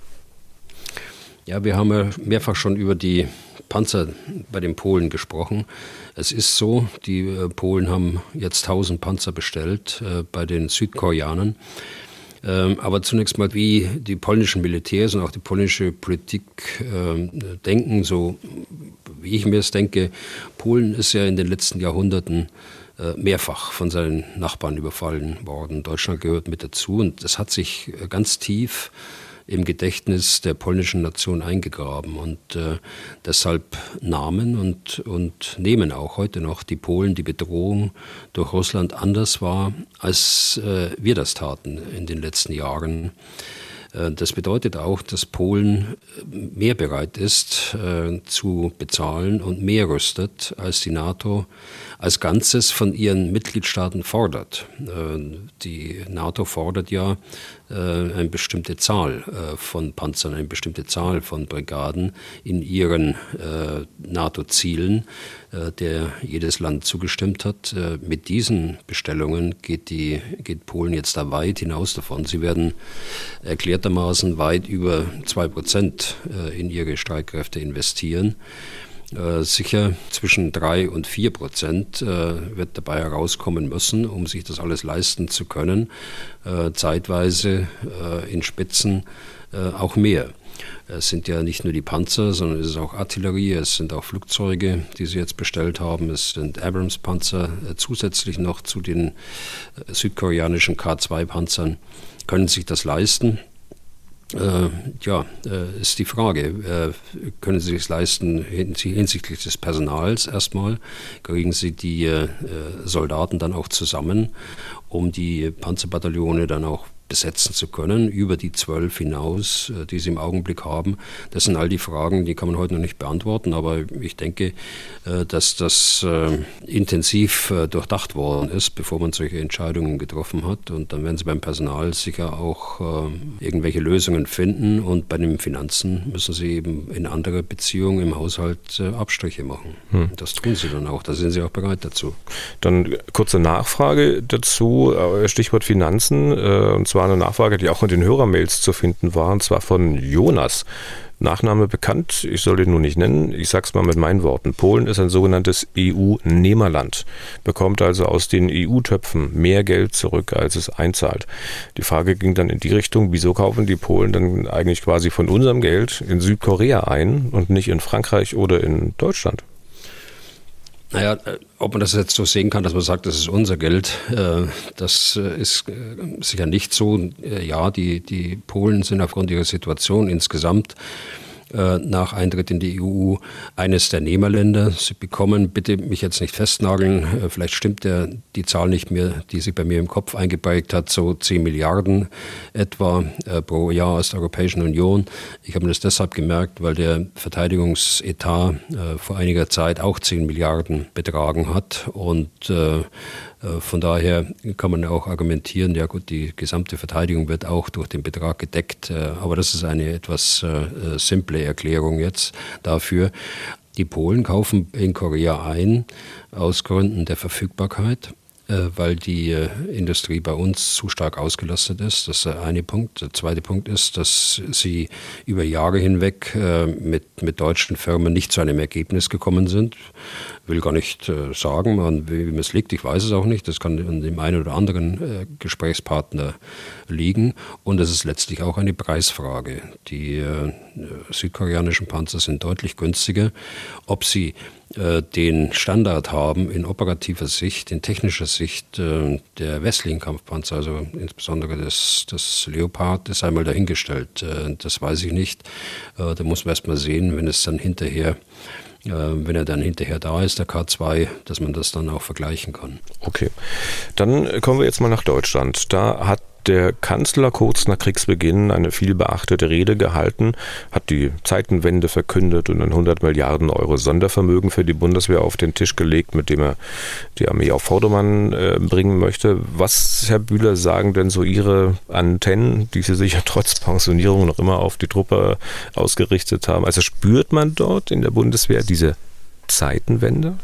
Ja, wir haben ja mehrfach schon über die Panzer bei den Polen gesprochen. Es ist so, die äh, Polen haben jetzt tausend Panzer bestellt äh, bei den Südkoreanern. Ähm, aber zunächst mal, wie die polnischen Militärs und auch die polnische Politik äh, denken, so wie ich mir es denke, Polen ist ja in den letzten Jahrhunderten äh, mehrfach von seinen Nachbarn überfallen worden. Deutschland gehört mit dazu und das hat sich äh, ganz tief im Gedächtnis der polnischen Nation eingegraben. Und äh, deshalb nahmen und, und nehmen auch heute noch die Polen die Bedrohung durch Russland anders wahr, als äh, wir das taten in den letzten Jahren. Äh, das bedeutet auch, dass Polen mehr bereit ist äh, zu bezahlen und mehr rüstet, als die NATO als Ganzes von ihren Mitgliedstaaten fordert. Äh, die NATO fordert ja eine bestimmte Zahl von Panzern, eine bestimmte Zahl von Brigaden in ihren äh, NATO-Zielen, äh, der jedes Land zugestimmt hat. Äh, mit diesen Bestellungen geht, die, geht Polen jetzt da weit hinaus davon. Sie werden erklärtermaßen weit über zwei Prozent äh, in ihre Streitkräfte investieren. Äh, sicher zwischen drei und vier Prozent äh, wird dabei herauskommen müssen, um sich das alles leisten zu können. Äh, zeitweise äh, in Spitzen äh, auch mehr. Es sind ja nicht nur die Panzer, sondern es ist auch Artillerie, es sind auch Flugzeuge, die sie jetzt bestellt haben. Es sind Abrams-Panzer äh, zusätzlich noch zu den äh, südkoreanischen K zwei Panzern. Können sie sich das leisten? Äh, ja, äh, ist die Frage, äh, können Sie es leisten hinsichtlich des Personals erstmal, kriegen Sie die äh, Soldaten dann auch zusammen, um die Panzerbataillone dann auch besetzen zu können, über die zwölf hinaus, die sie im Augenblick haben. Das sind all die Fragen, die kann man heute noch nicht beantworten, aber ich denke, dass das intensiv durchdacht worden ist, bevor man solche Entscheidungen getroffen hat. Und dann werden sie beim Personal sicher auch irgendwelche Lösungen finden und bei den Finanzen müssen sie eben in anderer Beziehung im Haushalt Abstriche machen. Hm. Das tun sie dann auch, da sind sie auch bereit dazu. Dann kurze Nachfrage dazu, Stichwort Finanzen, und zwar eine Nachfrage, die auch in den Hörermails zu finden war, und zwar von Jonas. Nachname bekannt, ich soll den nur nicht nennen, ich sag's mal mit meinen Worten. Polen ist ein sogenanntes E U-Nehmerland, bekommt also aus den E U-Töpfen mehr Geld zurück, als es einzahlt. Die Frage ging dann in die Richtung, wieso kaufen die Polen dann eigentlich quasi von unserem Geld in Südkorea ein und nicht in Frankreich oder in Deutschland? Naja, ob man das jetzt so sehen kann, dass man sagt, das ist unser Geld, das ist sicher nicht so. Ja, die, die Polen sind aufgrund ihrer Situation insgesamt nach Eintritt in die E U eines der Nehmerländer. Sie bekommen, bitte mich jetzt nicht festnageln, vielleicht stimmt der, die Zahl nicht mehr, die sich bei mir im Kopf eingeprägt hat, so zehn Milliarden etwa äh, pro Jahr aus der Europäischen Union. Ich habe mir das deshalb gemerkt, weil der Verteidigungsetat äh, vor einiger Zeit auch zehn Milliarden betragen hat und äh, Von daher kann man auch argumentieren, ja gut, die gesamte Verteidigung wird auch durch den Betrag gedeckt, aber das ist eine etwas äh, simple Erklärung jetzt dafür. Die Polen kaufen in Korea ein aus Gründen der Verfügbarkeit, äh, weil die äh, Industrie bei uns zu stark ausgelastet ist. Das ist der eine Punkt. Der zweite Punkt ist, dass sie über Jahre hinweg äh, mit, mit deutschen Firmen nicht zu einem Ergebnis gekommen sind. Ich will gar nicht äh, sagen, an wem es liegt, ich weiß es auch nicht. Das kann an dem einen oder anderen äh, Gesprächspartner liegen. Und es ist letztlich auch eine Preisfrage. Die äh, südkoreanischen Panzer sind deutlich günstiger. Ob sie äh, den Standard haben in operativer Sicht, in technischer Sicht äh, der westlichen Kampfpanzer, also insbesondere des, des Leopard, ist einmal dahingestellt. Äh, das weiß ich nicht. Äh, da muss man erst mal sehen, wenn es dann hinterher wenn er dann hinterher da ist, der K zwei, dass man das dann auch vergleichen kann. Okay, dann kommen wir jetzt mal nach Deutschland. Da hat der Kanzler kurz nach Kriegsbeginn eine viel beachtete Rede gehalten, hat die Zeitenwende verkündet und ein hundert Milliarden Euro Sondervermögen für die Bundeswehr auf den Tisch gelegt, mit dem er die Armee auf Vordermann äh, bringen möchte. Was, Herr Bühler, sagen denn so Ihre Antennen, die Sie sich ja trotz Pensionierung noch immer auf die Truppe ausgerichtet haben? Also spürt man dort in der Bundeswehr diese Zeitenwende?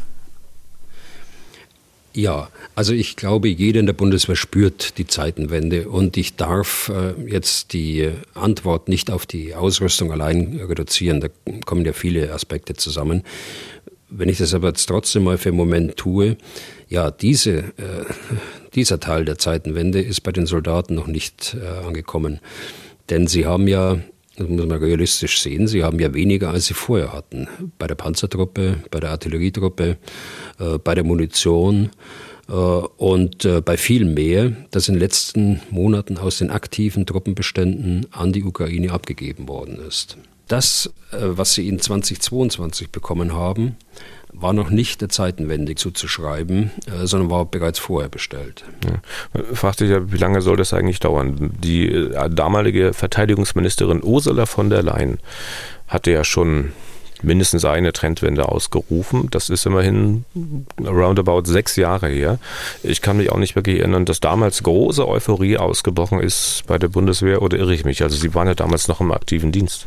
Ja, also ich glaube, jeder in der Bundeswehr spürt die Zeitenwende und ich darf äh, jetzt die Antwort nicht auf die Ausrüstung allein reduzieren. Da kommen ja viele Aspekte zusammen. Wenn ich das aber jetzt trotzdem mal für einen Moment tue, ja, diese, äh, dieser Teil der Zeitenwende ist bei den Soldaten noch nicht äh, angekommen. Denn sie haben ja, das muss man realistisch sehen, sie haben ja weniger, als sie vorher hatten. Bei der Panzertruppe, bei der Artillerietruppe, äh, bei der Munition äh, und äh, bei viel mehr, das in den letzten Monaten aus den aktiven Truppenbeständen an die Ukraine abgegeben worden ist. Das, äh, was sie in zweitausendzweiundzwanzig bekommen haben, war noch nicht der Zeitenwende zuzuschreiben, äh, sondern war bereits vorher bestellt. Ja. Fragt sich ja, wie lange soll das eigentlich dauern? Die äh, damalige Verteidigungsministerin Ursula von der Leyen hatte ja schon mindestens eine Trendwende ausgerufen. Das ist immerhin roundabout sechs Jahre her. Ich kann mich auch nicht wirklich erinnern, dass damals große Euphorie ausgebrochen ist bei der Bundeswehr, oder irre ich mich? Also Sie waren ja damals noch im aktiven Dienst.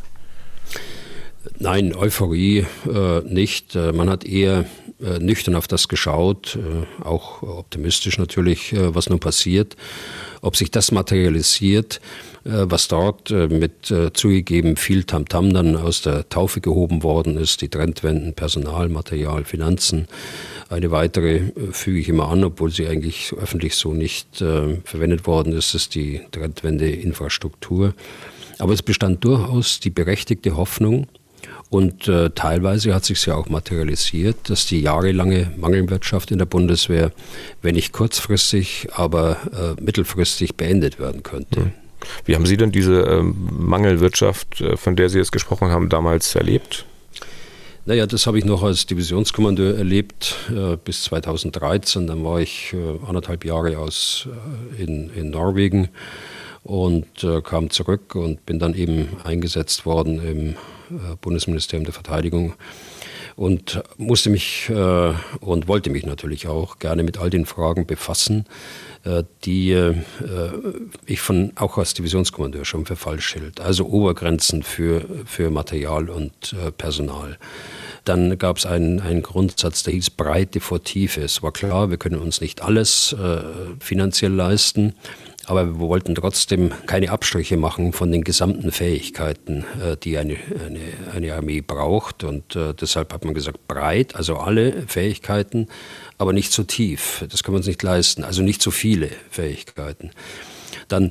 Nein, Euphorie äh, nicht. Äh, man hat eher äh, nüchtern auf das geschaut, äh, auch optimistisch natürlich, äh, was nun passiert. Ob sich das materialisiert, äh, was dort äh, mit äh, zugegeben viel Tamtam dann aus der Taufe gehoben worden ist, die Trendwenden, Personal, Material, Finanzen. Eine weitere äh, füge ich immer an, obwohl sie eigentlich öffentlich so nicht äh, verwendet worden ist, ist die Trendwende Infrastruktur. Aber es bestand durchaus die berechtigte Hoffnung, und äh, teilweise hat sich es ja auch materialisiert, dass die jahrelange Mangelwirtschaft in der Bundeswehr, wenn nicht kurzfristig, aber äh, mittelfristig beendet werden könnte. Wie haben Sie denn diese ähm, Mangelwirtschaft, äh, von der Sie jetzt gesprochen haben, damals erlebt? Naja, das habe ich noch als Divisionskommandeur erlebt äh, bis zweitausenddreizehn. Dann war ich äh, anderthalb Jahre aus äh, in, in Norwegen und äh, kam zurück und bin dann eben eingesetzt worden im Bundesministerium der Verteidigung und musste mich äh, und wollte mich natürlich auch gerne mit all den Fragen befassen, äh, die äh, ich von, auch als Divisionskommandeur schon für falsch hielt. Also Obergrenzen für, für Material und äh, Personal. Dann gab es einen, einen Grundsatz, der hieß Breite vor Tiefe. Es war klar, wir können uns nicht alles äh, finanziell leisten, aber wir wollten trotzdem keine Abstriche machen von den gesamten Fähigkeiten, äh, die eine, eine, eine Armee braucht. Und äh, deshalb hat man gesagt, breit, also alle Fähigkeiten, aber nicht so tief. Das können wir uns nicht leisten, also nicht so viele Fähigkeiten. Dann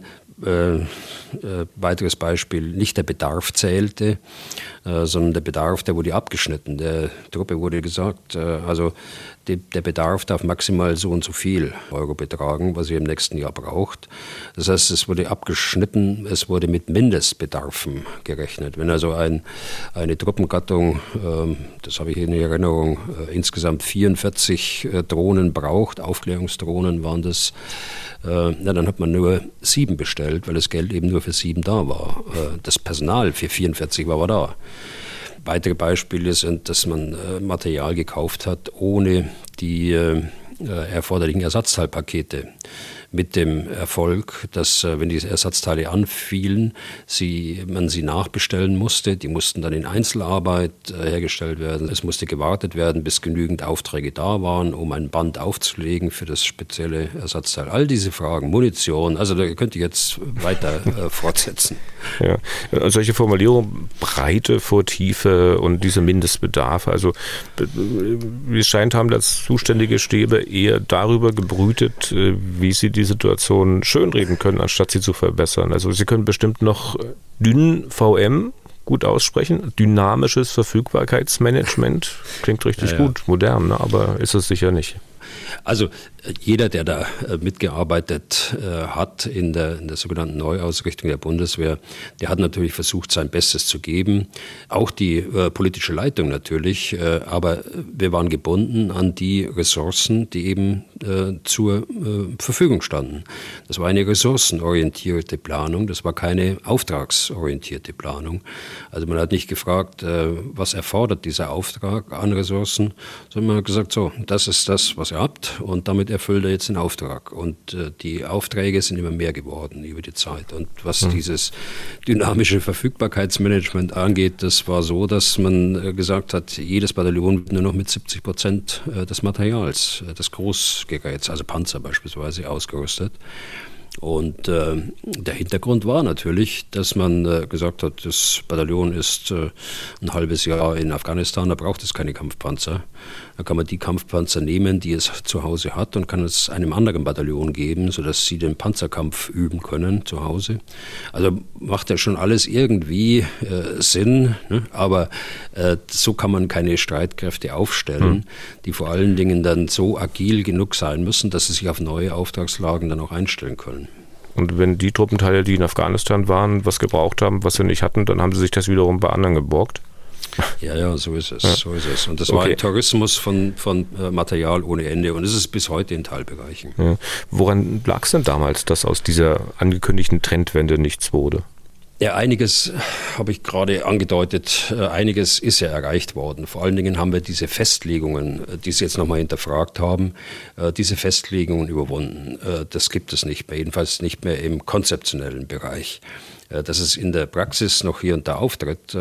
äh, äh, weiteres Beispiel, nicht der Bedarf zählte, äh, sondern der Bedarf, der wurde abgeschnitten. Der Truppe wurde gesagt, äh, also die, der Bedarf darf maximal so und so viel Euro betragen, was ihr im nächsten Jahr braucht. Das heißt, es wurde abgeschnitten, es wurde mit Mindestbedarfen gerechnet. Wenn also ein, eine Truppengattung, äh, das habe ich in Erinnerung, äh, insgesamt vierundvierzig äh, Drohnen braucht, Aufklärungsdrohnen waren das, äh, na, dann hat man nur sieben bestellt, weil das Geld eben nur für sieben da war. Äh, das Personal für vierundvierzig war aber da. Weitere Beispiele sind, dass man äh, Material gekauft hat, ohne die äh, erforderlichen Ersatzteilpakete. Mit dem Erfolg, dass, äh, wenn die Ersatzteile anfielen, sie, man sie nachbestellen musste. Die mussten dann in Einzelarbeit äh, hergestellt werden. Es musste gewartet werden, bis genügend Aufträge da waren, um ein Band aufzulegen für das spezielle Ersatzteil. All diese Fragen, Munition, also da könnte ich jetzt weiter äh, fortsetzen. Ja, solche Formulierungen, Breite vor Tiefe und diese Mindestbedarfe, also wie es scheint, haben das zuständige Stäbe eher darüber gebrütet, wie sie die Situation schönreden können, anstatt sie zu verbessern. Also sie können bestimmt noch dünn V M gut aussprechen, dynamisches Verfügbarkeitsmanagement, klingt richtig ja, ja. gut, modern, ne? Aber ist es sicher nicht. Also jeder, der da mitgearbeitet äh, hat in der, in der sogenannten Neuausrichtung der Bundeswehr, der hat natürlich versucht, sein Bestes zu geben. Auch die äh, politische Leitung natürlich, äh, aber wir waren gebunden an die Ressourcen, die eben äh, zur äh, Verfügung standen. Das war eine ressourcenorientierte Planung, das war keine auftragsorientierte Planung. Also man hat nicht gefragt, äh, was erfordert dieser Auftrag an Ressourcen, sondern man hat gesagt, so, das ist das, was ihr habt und damit erfüllt er jetzt den Auftrag. Und äh, die Aufträge sind immer mehr geworden über die Zeit. Und was mhm. dieses dynamische Verfügbarkeitsmanagement angeht, das war so, dass man äh, gesagt hat, jedes Bataillon wird nur noch mit siebzig Prozent äh, des Materials, äh, des Großgeräts, also Panzer beispielsweise, ausgerüstet. Und äh, der Hintergrund war natürlich, dass man äh, gesagt hat, das Bataillon ist äh, ein halbes Jahr in Afghanistan, da braucht es keine Kampfpanzer. Da kann man die Kampfpanzer nehmen, die es zu Hause hat, und kann es einem anderen Bataillon geben, sodass sie den Panzerkampf üben können zu Hause. Also macht ja schon alles irgendwie äh, Sinn, ne? Aber äh, so kann man keine Streitkräfte aufstellen, mhm. die vor allen Dingen dann so agil genug sein müssen, dass sie sich auf neue Auftragslagen dann auch einstellen können. Und wenn die Truppenteile, die in Afghanistan waren, was gebraucht haben, was sie nicht hatten, dann haben sie sich das wiederum bei anderen geborgt? Ja, ja, so ist es. Ja. So ist es. Und das okay. war ein Tourismus von, von äh, Material ohne Ende. Und es ist bis heute in Teilbereichen. Ja. Woran lag es denn damals, dass aus dieser angekündigten Trendwende nichts wurde? Ja, einiges habe ich gerade angedeutet, einiges ist ja erreicht worden. Vor allen Dingen haben wir diese Festlegungen, die Sie jetzt nochmal hinterfragt haben, diese Festlegungen überwunden. Das gibt es nicht mehr, jedenfalls nicht mehr im konzeptionellen Bereich. Dass es in der Praxis noch hier und da auftritt,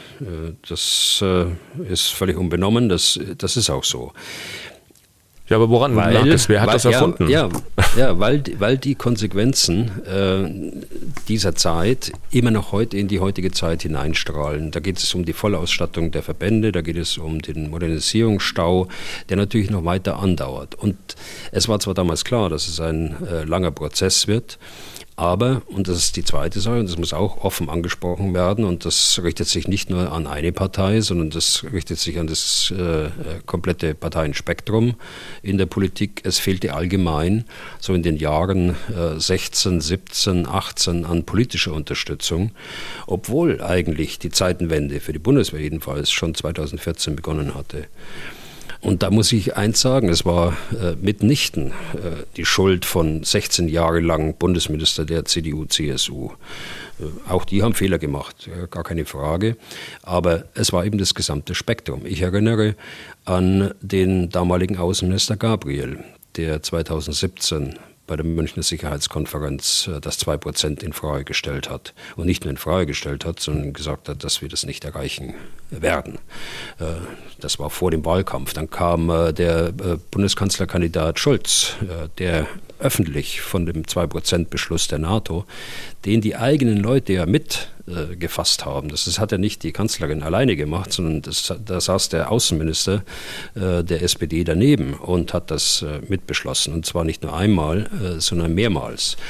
das ist völlig unbenommen, das, das ist auch so. Ja, aber woran weil, lag es? Wer hat weil, das erfunden? Ja, ja, ja weil, weil die Konsequenzen äh, dieser Zeit immer noch heute in die heutige Zeit hineinstrahlen. Da geht es um die Vollausstattung der Verbände, da geht es um den Modernisierungsstau, der natürlich noch weiter andauert. Und es war zwar damals klar, dass es ein äh, langer Prozess wird, aber, und das ist die zweite Sache, und das muss auch offen angesprochen werden, und das richtet sich nicht nur an eine Partei, sondern das richtet sich an das äh, komplette Parteienspektrum in der Politik. Es fehlte allgemein so in den Jahren äh, sechzehn, siebzehn, achtzehn an politischer Unterstützung, obwohl eigentlich die Zeitenwende für die Bundeswehr jedenfalls schon zweitausendvierzehn begonnen hatte. Und da muss ich eins sagen, es war äh, mitnichten äh, die Schuld von sechzehn Jahre lang Bundesminister der C D U C S U. Äh, auch die haben Fehler gemacht, äh, gar keine Frage. Aber es war eben das gesamte Spektrum. Ich erinnere an den damaligen Außenminister Gabriel, der zweitausendsiebzehn bei der Münchner Sicherheitskonferenz das zwei Prozent in Frage gestellt hat. Und nicht nur in Frage gestellt hat, sondern gesagt hat, dass wir das nicht erreichen werden. Das war vor dem Wahlkampf. Dann kam der Bundeskanzlerkandidat Scholz, der öffentlich von dem zwei Prozent Beschluss der NATO, den die eigenen Leute ja mitgefasst haben. Das, das hat ja nicht die Kanzlerin alleine gemacht, sondern das, da saß der Außenminister äh, der S P D daneben und hat das äh, mitbeschlossen. Und zwar nicht nur einmal, äh, sondern mehrmals.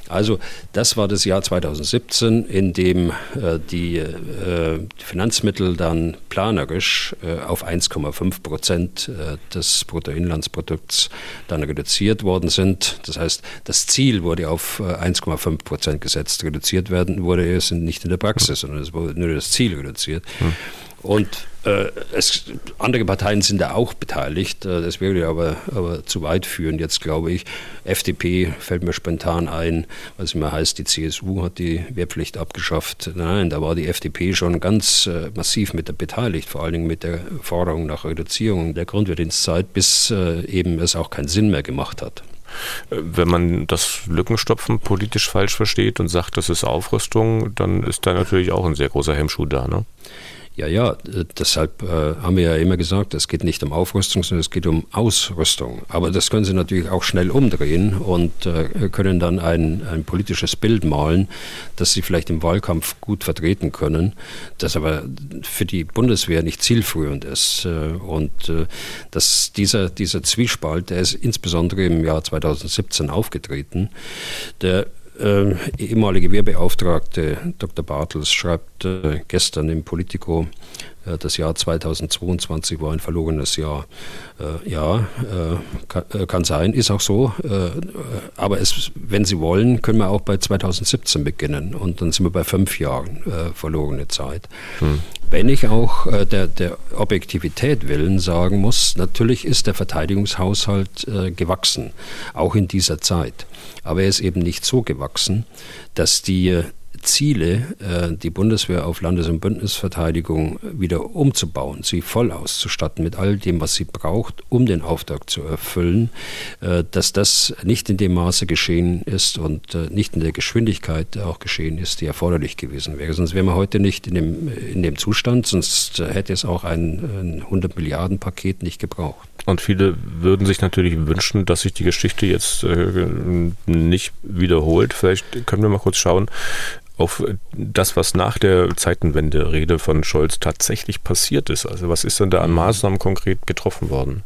Also das war das Jahr zweitausendsiebzehn, in dem äh, die, äh, die Finanzmittel dann planerisch äh, auf eins Komma fünf Prozent äh, des Bruttoinlandsprodukts dann reduziert worden sind. Das heißt, das Ziel wurde auf äh, eins Komma fünf Prozent gesetzt. Reduziert werden wurde es nicht in der Praxis, sondern es wurde nur das Ziel reduziert. Hm. Und äh, es, andere Parteien sind da auch beteiligt. Das wäre aber, aber zu weit führend jetzt, glaube ich. F D P fällt mir spontan ein, was immer heißt, die C S U hat die Wehrpflicht abgeschafft. Nein, da war die F D P schon ganz äh, massiv mit beteiligt, vor allen Dingen mit der Forderung nach Reduzierung der Grundwehrdienstzeit, bis äh, eben es auch keinen Sinn mehr gemacht hat. Wenn man das Lückenstopfen politisch falsch versteht und sagt, das ist Aufrüstung, dann ist da natürlich auch ein sehr großer Hemmschuh da, ne? Ja, ja, deshalb äh, haben wir ja immer gesagt, es geht nicht um Aufrüstung, sondern es geht um Ausrüstung. Aber das können Sie natürlich auch schnell umdrehen und äh, können dann ein, ein politisches Bild malen, das Sie vielleicht im Wahlkampf gut vertreten können, das aber für die Bundeswehr nicht zielführend ist. Und äh, dass dieser, dieser Zwiespalt, der ist insbesondere im Jahr zweitausendsiebzehn aufgetreten. Der Äh, ehemalige Wehrbeauftragte Doktor Bartels schreibt äh, gestern im Politico, äh, das Jahr zweitausendzweiundzwanzig war ein verlorenes Jahr. Äh, ja, äh, kann, äh, kann sein, ist auch so. Äh, aber es, wenn Sie wollen, können wir auch bei zweitausendsiebzehn beginnen und dann sind wir bei fünf Jahren äh, verlorene Zeit. Hm. Wenn ich auch äh, der, der Objektivität willen sagen muss, natürlich ist der Verteidigungshaushalt äh, gewachsen, auch in dieser Zeit. Aber er ist eben nicht so gewachsen, dass die äh, Ziele, äh, die Bundeswehr auf Landes- und Bündnisverteidigung wieder umzubauen, sie voll auszustatten mit all dem, was sie braucht, um den Auftrag zu erfüllen, äh, dass das nicht in dem Maße geschehen ist und äh, nicht in der Geschwindigkeit auch geschehen ist, die erforderlich gewesen wäre. Sonst wären wir heute nicht in dem, in dem Zustand, sonst hätte es auch ein, ein hundert Milliarden Paket nicht gebraucht. Und viele würden sich natürlich wünschen, dass sich die Geschichte jetzt äh, nicht wiederholt. Vielleicht können wir mal kurz schauen auf das, was nach der Zeitenwende-Rede von Scholz tatsächlich passiert ist. Also was ist denn da an Maßnahmen konkret getroffen worden?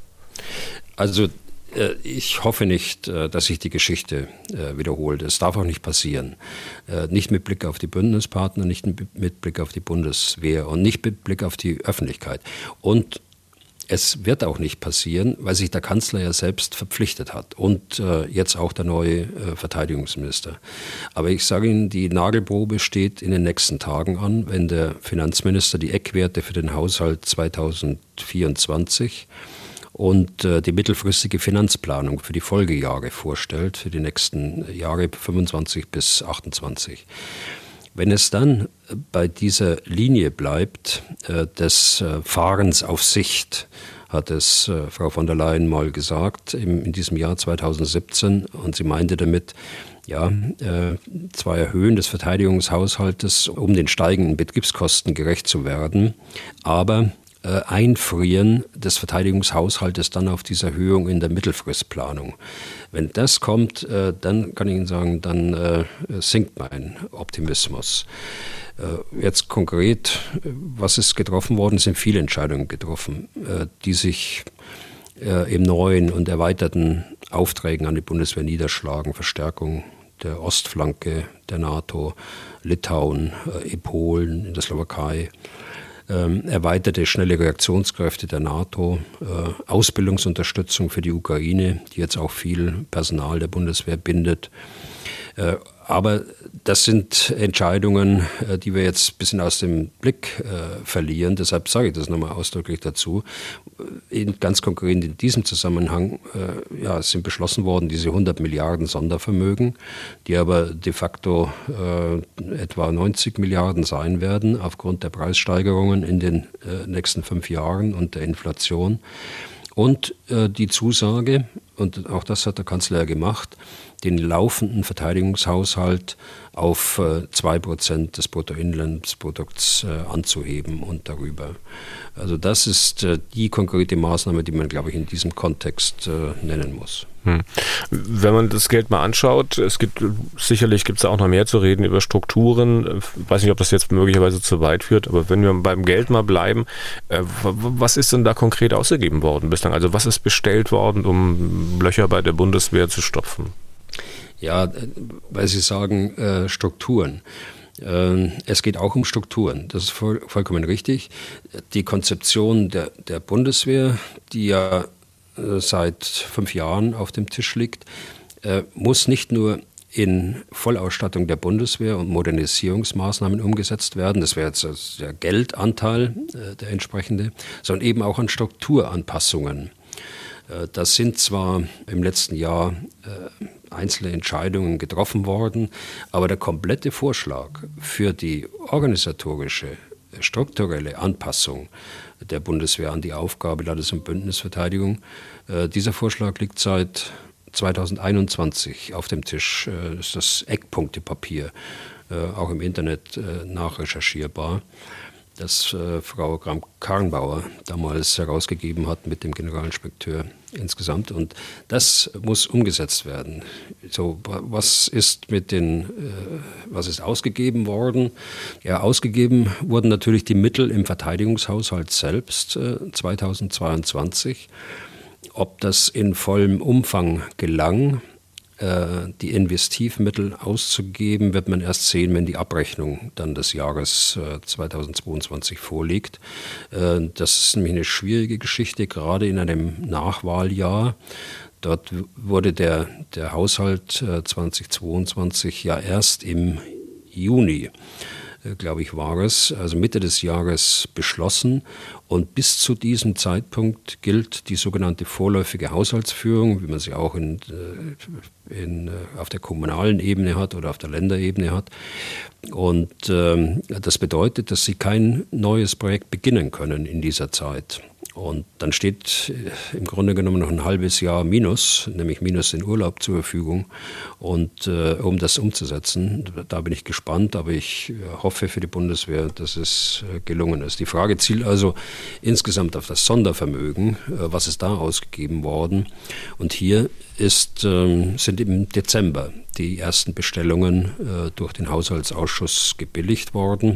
Also äh, ich hoffe nicht, äh, dass sich die Geschichte äh, wiederholt. Es darf auch nicht passieren. Äh, nicht mit Blick auf die Bündnispartner, nicht mit Blick auf die Bundeswehr und nicht mit Blick auf die Öffentlichkeit. Und es wird auch nicht passieren, weil sich der Kanzler ja selbst verpflichtet hat und äh, jetzt auch der neue äh, Verteidigungsminister. Aber ich sage Ihnen, die Nagelprobe steht in den nächsten Tagen an, wenn der Finanzminister die Eckwerte für den Haushalt zweitausendvierundzwanzig und äh, die mittelfristige Finanzplanung für die Folgejahre vorstellt, für die nächsten Jahre fünfundzwanzig bis achtundzwanzig. Wenn es dann bei dieser Linie bleibt, äh, des äh, Fahrens auf Sicht, hat es äh, Frau von der Leyen mal gesagt, im, in diesem Jahr zweitausendsiebzehn, und sie meinte damit, ja, äh, zwar Erhöhen des Verteidigungshaushaltes, um den steigenden Betriebskosten gerecht zu werden, aber Äh, Einfrieren des Verteidigungshaushaltes dann auf diese Erhöhung in der Mittelfristplanung. Wenn das kommt, äh, dann kann ich Ihnen sagen, dann äh, sinkt mein Optimismus. Äh, jetzt konkret, was ist getroffen worden, sind viele Entscheidungen getroffen, äh, die sich äh, im neuen und erweiterten Aufträgen an die Bundeswehr niederschlagen. Verstärkung der Ostflanke der NATO, Litauen, äh, in Polen, in der Slowakei. Ähm, erweiterte schnelle Reaktionskräfte der NATO, äh, Ausbildungsunterstützung für die Ukraine, die jetzt auch viel Personal der Bundeswehr bindet. Äh, aber das sind Entscheidungen, äh, die wir jetzt ein bisschen aus dem Blick äh, verlieren. Deshalb sage ich das nochmal ausdrücklich dazu. In, ganz konkret in diesem Zusammenhang äh, ja, sind beschlossen worden diese hundert Milliarden Sondervermögen, die aber de facto äh, etwa neunzig Milliarden sein werden aufgrund der Preissteigerungen in den äh, nächsten fünf Jahren und der Inflation. Und äh, die Zusage, und auch das hat der Kanzler ja gemacht, den laufenden Verteidigungshaushalt auf äh, zwei Prozent des Bruttoinlandsprodukts äh, anzuheben und darüber. Also das ist äh, die konkrete Maßnahme, die man, glaube ich, in diesem Kontext äh, nennen muss. Hm. Wenn man das Geld mal anschaut, es gibt sicherlich gibt es auch noch mehr zu reden über Strukturen. Ich weiß nicht, ob das jetzt möglicherweise zu weit führt, aber wenn wir beim Geld mal bleiben, äh, was ist denn da konkret ausgegeben worden bislang? Also was ist bestellt worden, um Löcher bei der Bundeswehr zu stopfen? Ja, weil Sie sagen äh, Strukturen. Äh, es geht auch um Strukturen, das ist voll, vollkommen richtig. Die Konzeption der, der Bundeswehr, die ja äh, seit fünf Jahren auf dem Tisch liegt, äh, muss nicht nur in Vollausstattung der Bundeswehr und Modernisierungsmaßnahmen umgesetzt werden, das wäre jetzt der Geldanteil, äh, der entsprechende, sondern eben auch an Strukturanpassungen. Äh, das sind zwar im letzten Jahr äh, einzelne Entscheidungen getroffen worden, aber der komplette Vorschlag für die organisatorische, strukturelle Anpassung der Bundeswehr an die Aufgabe Landes- und Bündnisverteidigung, äh, dieser Vorschlag liegt seit zweitausendeinundzwanzig auf dem Tisch. Äh, das ist das Eckpunktepapier, äh, auch im Internet äh, nachrecherchierbar, das äh, Frau Kramp-Karrenbauer damals herausgegeben hat mit dem Generalinspekteur insgesamt. Und das muss umgesetzt werden. So, was ist mit den, äh, was ist ausgegeben worden? Ja, ausgegeben wurden natürlich die Mittel im Verteidigungshaushalt selbst äh, zweitausendzweiundzwanzig. Ob das in vollem Umfang gelang, die Investivmittel auszugeben, wird man erst sehen, wenn die Abrechnung dann des Jahres zweitausendzweiundzwanzig vorliegt. Das ist nämlich eine schwierige Geschichte, gerade in einem Nachwahljahr. Dort wurde der, der Haushalt zweitausendzweiundzwanzig ja erst im Juni, glaube ich, war es, also Mitte des Jahres beschlossen. Und bis zu diesem Zeitpunkt gilt die sogenannte vorläufige Haushaltsführung, wie man sie auch in, in, auf der kommunalen Ebene hat oder auf der Länderebene hat. Und ähm, das bedeutet, dass sie kein neues Projekt beginnen können in dieser Zeit. Und dann steht im Grunde genommen noch ein halbes Jahr Minus, nämlich Minus den Urlaub zur Verfügung. Und äh, um das umzusetzen, da bin ich gespannt, aber ich hoffe für die Bundeswehr, dass es äh, gelungen ist. Die Frage zielt also insgesamt auf das Sondervermögen, äh, was ist da ausgegeben worden. Und hier ist, äh, sind im Dezember die ersten Bestellungen äh, durch den Haushaltsausschuss gebilligt worden.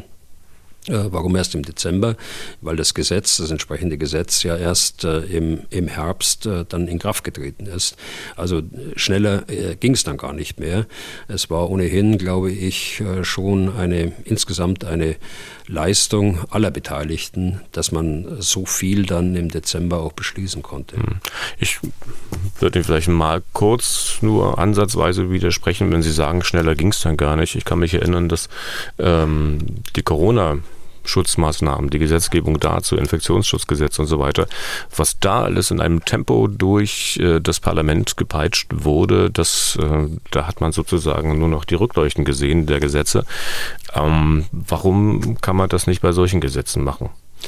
Warum erst im Dezember? Weil das Gesetz, das entsprechende Gesetz ja erst äh, im, im Herbst äh, dann in Kraft getreten ist. Also schneller äh, ging es dann gar nicht mehr. Es war ohnehin, glaube ich, äh, schon eine insgesamt eine Leistung aller Beteiligten, dass man so viel dann im Dezember auch beschließen konnte. Ich würde vielleicht mal kurz nur ansatzweise widersprechen, wenn Sie sagen, schneller ging es dann gar nicht. Ich kann mich erinnern, dass ähm, die Corona- Schutzmaßnahmen, die Gesetzgebung dazu, Infektionsschutzgesetz und so weiter, was da alles in einem Tempo durch äh, das Parlament gepeitscht wurde, das, äh, da hat man sozusagen nur noch die Rückleuchten gesehen der Gesetze. Ähm, warum kann man das nicht bei solchen Gesetzen machen?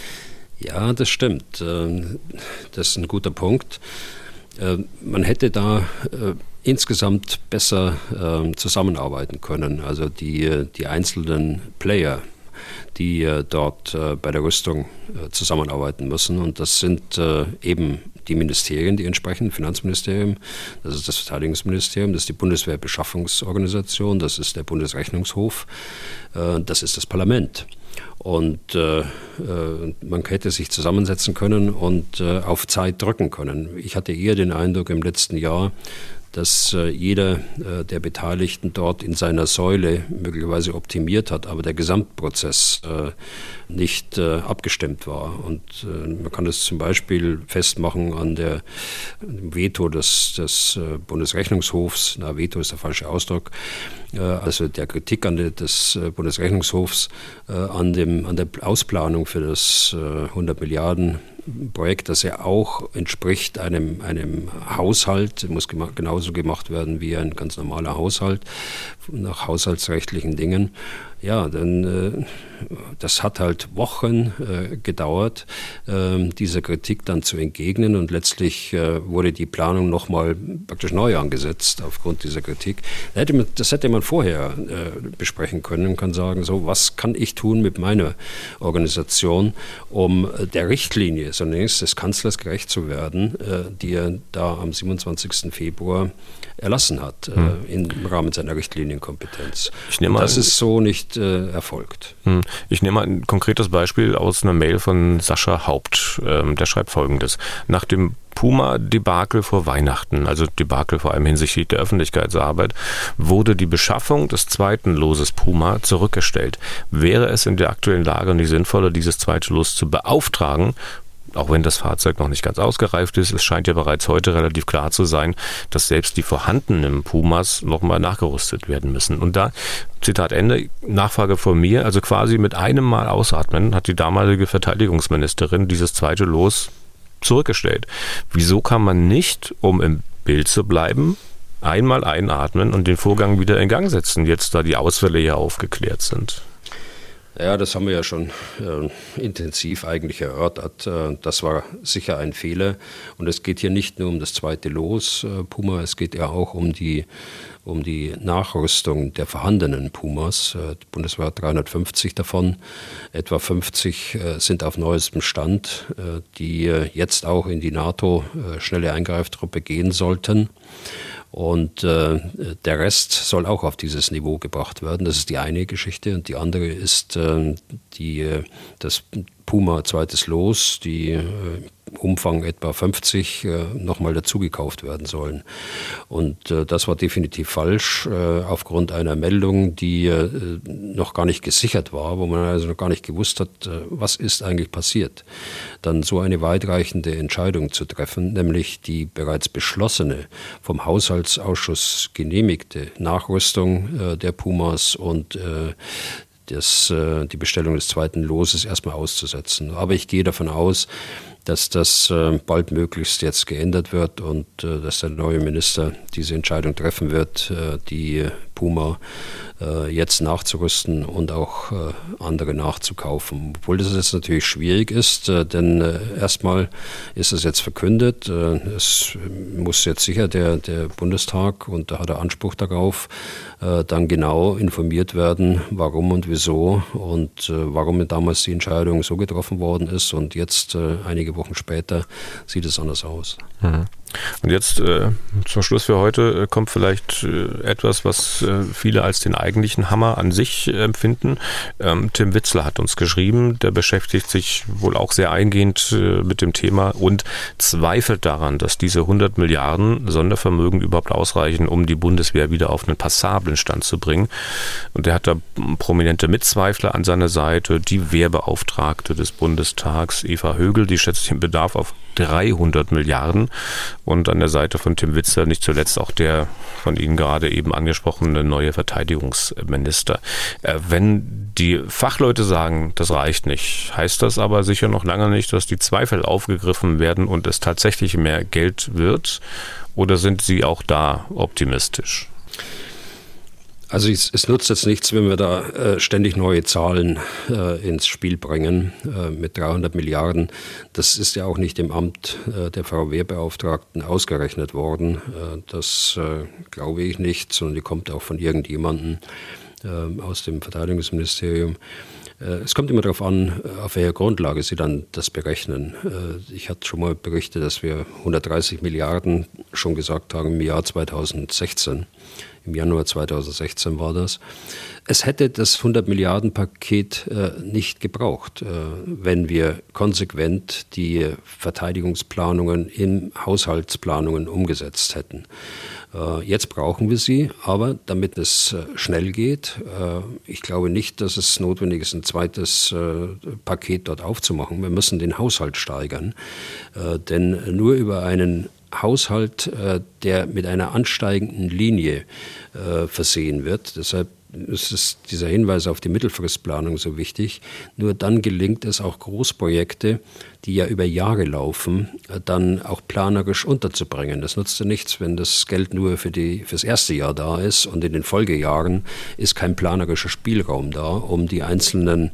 Ja, das stimmt. Das ist ein guter Punkt. Man hätte da insgesamt besser zusammenarbeiten können, also die, die einzelnen Player, die äh, dort äh, bei der Rüstung äh, zusammenarbeiten müssen. Und das sind äh, eben die Ministerien, die entsprechenden, Finanzministerium, das ist das Verteidigungsministerium, das ist die Bundeswehrbeschaffungsorganisation, das ist der Bundesrechnungshof, äh, das ist das Parlament. Und äh, man hätte sich zusammensetzen können und äh, auf Zeit drücken können. Ich hatte eher den Eindruck im letzten Jahr, dass äh, jeder äh, der Beteiligten dort in seiner Säule möglicherweise optimiert hat, aber der Gesamtprozess äh, nicht äh, abgestimmt war. Und äh, man kann das zum Beispiel festmachen an der Veto des, des äh, Bundesrechnungshofs, na, Veto ist der falsche Ausdruck, äh, also der Kritik an de, des äh, Bundesrechnungshofs äh, an, dem, an der Ausplanung für das äh, hundert Milliarden Projekt, das ja auch entspricht einem, einem Haushalt, muss gema- genauso gemacht werden wie ein ganz normaler Haushalt nach haushaltsrechtlichen Dingen. Ja, dann äh, das hat halt Wochen äh, gedauert, äh, dieser Kritik dann zu entgegnen, und letztlich äh, wurde die Planung nochmal praktisch neu angesetzt aufgrund dieser Kritik. Da hätte man, das hätte man vorher äh, besprechen können und kann sagen, so, was kann ich tun mit meiner Organisation, um der Richtlinie des Unternehmens des Kanzlers gerecht zu werden, die er da am siebenundzwanzigsten Februar erlassen hat, hm. im Rahmen seiner Richtlinienkompetenz. Ich nehme das ist so nicht äh, erfolgt. Hm. Ich nehme mal ein konkretes Beispiel aus einer Mail von Sascha Haupt. Ähm, der schreibt Folgendes. Nach dem Puma-Debakel vor Weihnachten, also Debakel vor allem hinsichtlich der Öffentlichkeitsarbeit, wurde die Beschaffung des zweiten Loses Puma zurückgestellt. Wäre es in der aktuellen Lage nicht sinnvoller, dieses zweite Los zu beauftragen, auch wenn das Fahrzeug noch nicht ganz ausgereift ist? Es scheint ja bereits heute relativ klar zu sein, dass selbst die vorhandenen Pumas nochmal nachgerüstet werden müssen. Und da, Zitat Ende, Nachfrage von mir, also quasi mit einem Mal ausatmen, hat die damalige Verteidigungsministerin dieses zweite Los zurückgestellt. Wieso kann man nicht, um im Bild zu bleiben, einmal einatmen und den Vorgang wieder in Gang setzen, jetzt da die Ausfälle ja aufgeklärt sind? Ja, das haben wir ja schon äh, intensiv eigentlich erörtert. Äh, das war sicher ein Fehler. Und es geht hier nicht nur um das zweite Los äh, Puma, es geht ja auch um die, um die Nachrüstung der vorhandenen Pumas. Äh, die Bundeswehr hat dreihundertfünfzig davon. Etwa fünfzig äh, sind auf neuestem Stand, äh, die äh, jetzt auch in die NATO äh, schnelle Eingreiftruppe gehen sollten. Und äh, der Rest soll auch auf dieses Niveau gebracht werden. Das ist die eine Geschichte. Und die andere ist äh, die, das Puma zweites Los, die äh, Umfang etwa fünfzig äh, nochmal dazugekauft werden sollen. Und äh, das war definitiv falsch, äh, aufgrund einer Meldung, die äh, noch gar nicht gesichert war, wo man also noch gar nicht gewusst hat, äh, was ist eigentlich passiert. Dann so eine weitreichende Entscheidung zu treffen, nämlich die bereits beschlossene, vom Haushaltsausschuss genehmigte Nachrüstung äh, der Pumas und äh, das, äh, die Bestellung des zweiten Loses erstmal auszusetzen. Aber ich gehe davon aus, dass das äh, baldmöglichst jetzt geändert wird und äh, dass der neue Minister diese Entscheidung treffen wird, äh, die Puma äh, jetzt nachzurüsten und auch äh, andere nachzukaufen. Obwohl das jetzt natürlich schwierig ist, äh, denn äh, erstmal ist es jetzt verkündet, äh, es muss jetzt sicher der, der Bundestag, und da hat er Anspruch darauf, äh, dann genau informiert werden, warum und wieso und äh, warum damals die Entscheidung so getroffen worden ist, und jetzt äh, einige Wochen später sieht es anders aus. Mhm. Und jetzt äh, zum Schluss für heute äh, kommt vielleicht äh, etwas, was äh, viele als den eigentlichen Hammer an sich äh, empfinden. Ähm, Tim Witzler hat uns geschrieben, der beschäftigt sich wohl auch sehr eingehend äh, mit dem Thema und zweifelt daran, dass diese hundert Milliarden Sondervermögen überhaupt ausreichen, um die Bundeswehr wieder auf einen passablen Stand zu bringen. Und er hat da prominente Mitzweifler an seiner Seite, die Wehrbeauftragte des Bundestags, Eva Högel, die schätzt den Bedarf auf dreihundert Milliarden. Und an der Seite von Tim Witzler nicht zuletzt auch der von Ihnen gerade eben angesprochene neue Verteidigungsminister. Äh, wenn die Fachleute sagen, das reicht nicht, heißt das aber sicher noch lange nicht, dass die Zweifel aufgegriffen werden und es tatsächlich mehr Geld wird? Oder sind Sie auch da optimistisch? Also es, es nutzt jetzt nichts, wenn wir da äh, ständig neue Zahlen äh, ins Spiel bringen äh, mit dreihundert Milliarden. Das ist ja auch nicht im Amt äh, der Frau Wehrbeauftragten ausgerechnet worden. Äh, das äh, glaube ich nicht, sondern die kommt auch von irgendjemandem äh, aus dem Verteidigungsministerium. Äh, es kommt immer darauf an, auf welcher Grundlage Sie dann das berechnen. Äh, ich hatte schon mal berichtet, dass wir hundertdreißig Milliarden schon gesagt haben im Jahr zweitausendsechzehn. Im Januar zweitausendsechzehn war das. Es hätte das hundert Milliarden Paket äh, nicht gebraucht, äh, wenn wir konsequent die Verteidigungsplanungen in Haushaltsplanungen umgesetzt hätten. Äh, jetzt brauchen wir sie, aber damit es äh, schnell geht, äh, ich glaube nicht, dass es notwendig ist, ein zweites äh, Paket dort aufzumachen. Wir müssen den Haushalt steigern, äh, denn nur über einen Haushalt, äh, der mit einer ansteigenden Linie äh, versehen wird. Deshalb ist es, dieser Hinweis auf die Mittelfristplanung so wichtig. Nur dann gelingt es auch, Großprojekte, die ja über Jahre laufen, äh, dann auch planerisch unterzubringen. Das nutzt ja nichts, wenn das Geld nur für die, fürs erste Jahr da ist und in den Folgejahren ist kein planerischer Spielraum da, um die einzelnen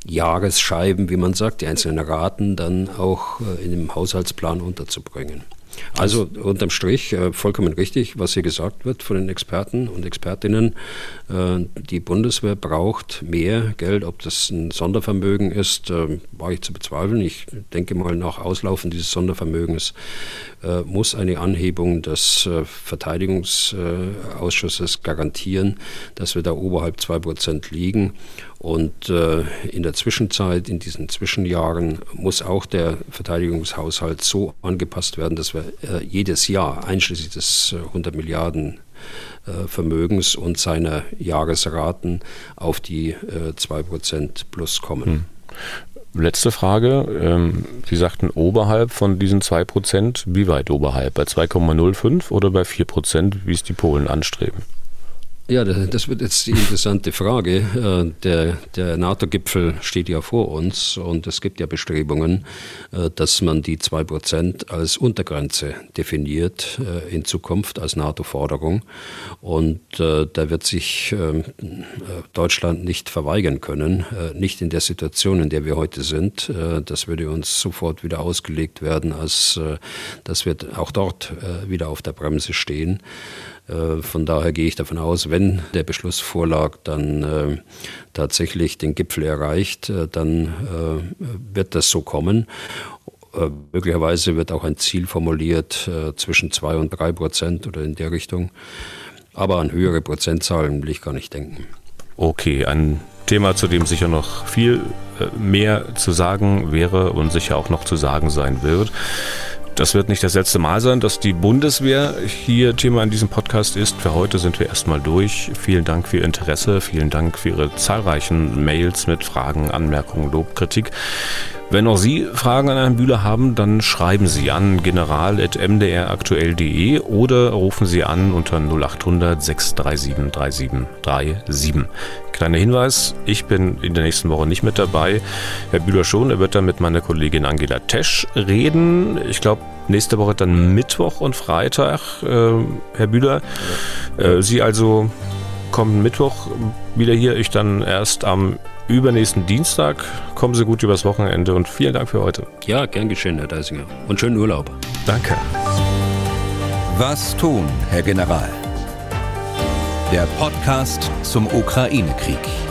Jahresscheiben, wie man sagt, die einzelnen Raten dann auch äh, in dem Haushaltsplan unterzubringen. Also unterm Strich äh, vollkommen richtig, was hier gesagt wird von den Experten und Expertinnen. Äh, die Bundeswehr braucht mehr Geld. Ob das ein Sondervermögen ist, äh, war ich zu bezweifeln. Ich denke mal, nach Auslaufen dieses Sondervermögens äh, muss eine Anhebung des äh, Verteidigungsausschusses garantieren, dass wir da oberhalb zwei Prozent liegen. Und äh, in der Zwischenzeit, in diesen Zwischenjahren, muss auch der Verteidigungshaushalt so angepasst werden, dass wir äh, jedes Jahr, einschließlich des äh, hundert Milliarden äh, Vermögens und seiner Jahresraten, auf die äh, zwei Prozent plus kommen. Hm. Letzte Frage. Ähm, Sie sagten oberhalb von diesen zwei Prozent. Wie weit oberhalb? Bei zwei Komma null fünf oder bei vier Prozent, wie es die Polen anstreben? Ja, das wird jetzt die interessante Frage. Der, der NATO-Gipfel steht ja vor uns und es gibt ja Bestrebungen, dass man die zwei Prozent als Untergrenze definiert in Zukunft, als NATO-Forderung. Und da wird sich Deutschland nicht verweigern können, nicht in der Situation, in der wir heute sind. Das würde uns sofort wieder ausgelegt werden, als dass wir auch dort wieder auf der Bremse stehen. Von daher gehe ich davon aus, wenn der Beschluss vorlag, dann äh, tatsächlich den Gipfel erreicht, äh, dann äh, wird das so kommen. Äh, möglicherweise wird auch ein Ziel formuliert äh, zwischen zwei und drei Prozent oder in der Richtung. Aber an höhere Prozentzahlen will ich gar nicht denken. Okay, ein Thema, zu dem sicher noch viel äh, mehr zu sagen wäre und sicher auch noch zu sagen sein wird. Das wird nicht das letzte Mal sein, dass die Bundeswehr hier Thema in diesem Podcast ist. Für heute sind wir erstmal durch. Vielen Dank für Ihr Interesse, vielen Dank für Ihre zahlreichen Mails mit Fragen, Anmerkungen, Lob, Kritik. Wenn auch Sie Fragen an Herrn Bühler haben, dann schreiben Sie an general at m d r aktuell punkt d e oder rufen Sie an unter null acht hundert sechs drei sieben drei sieben drei sieben. Kleiner Hinweis, ich bin in der nächsten Woche nicht mit dabei. Herr Bühler schon, er wird dann mit meiner Kollegin Angela Tesch reden. Ich glaube, nächste Woche dann Mittwoch und Freitag. Äh, Herr Bühler, äh, Sie also kommen Mittwoch wieder hier, ich dann erst am übernächsten Dienstag. Kommen Sie gut übers Wochenende und vielen Dank für heute. Ja, gern geschehen, Herr Deisinger. Und schönen Urlaub. Danke. Was tun, Herr General? Der Podcast zum Ukraine-Krieg.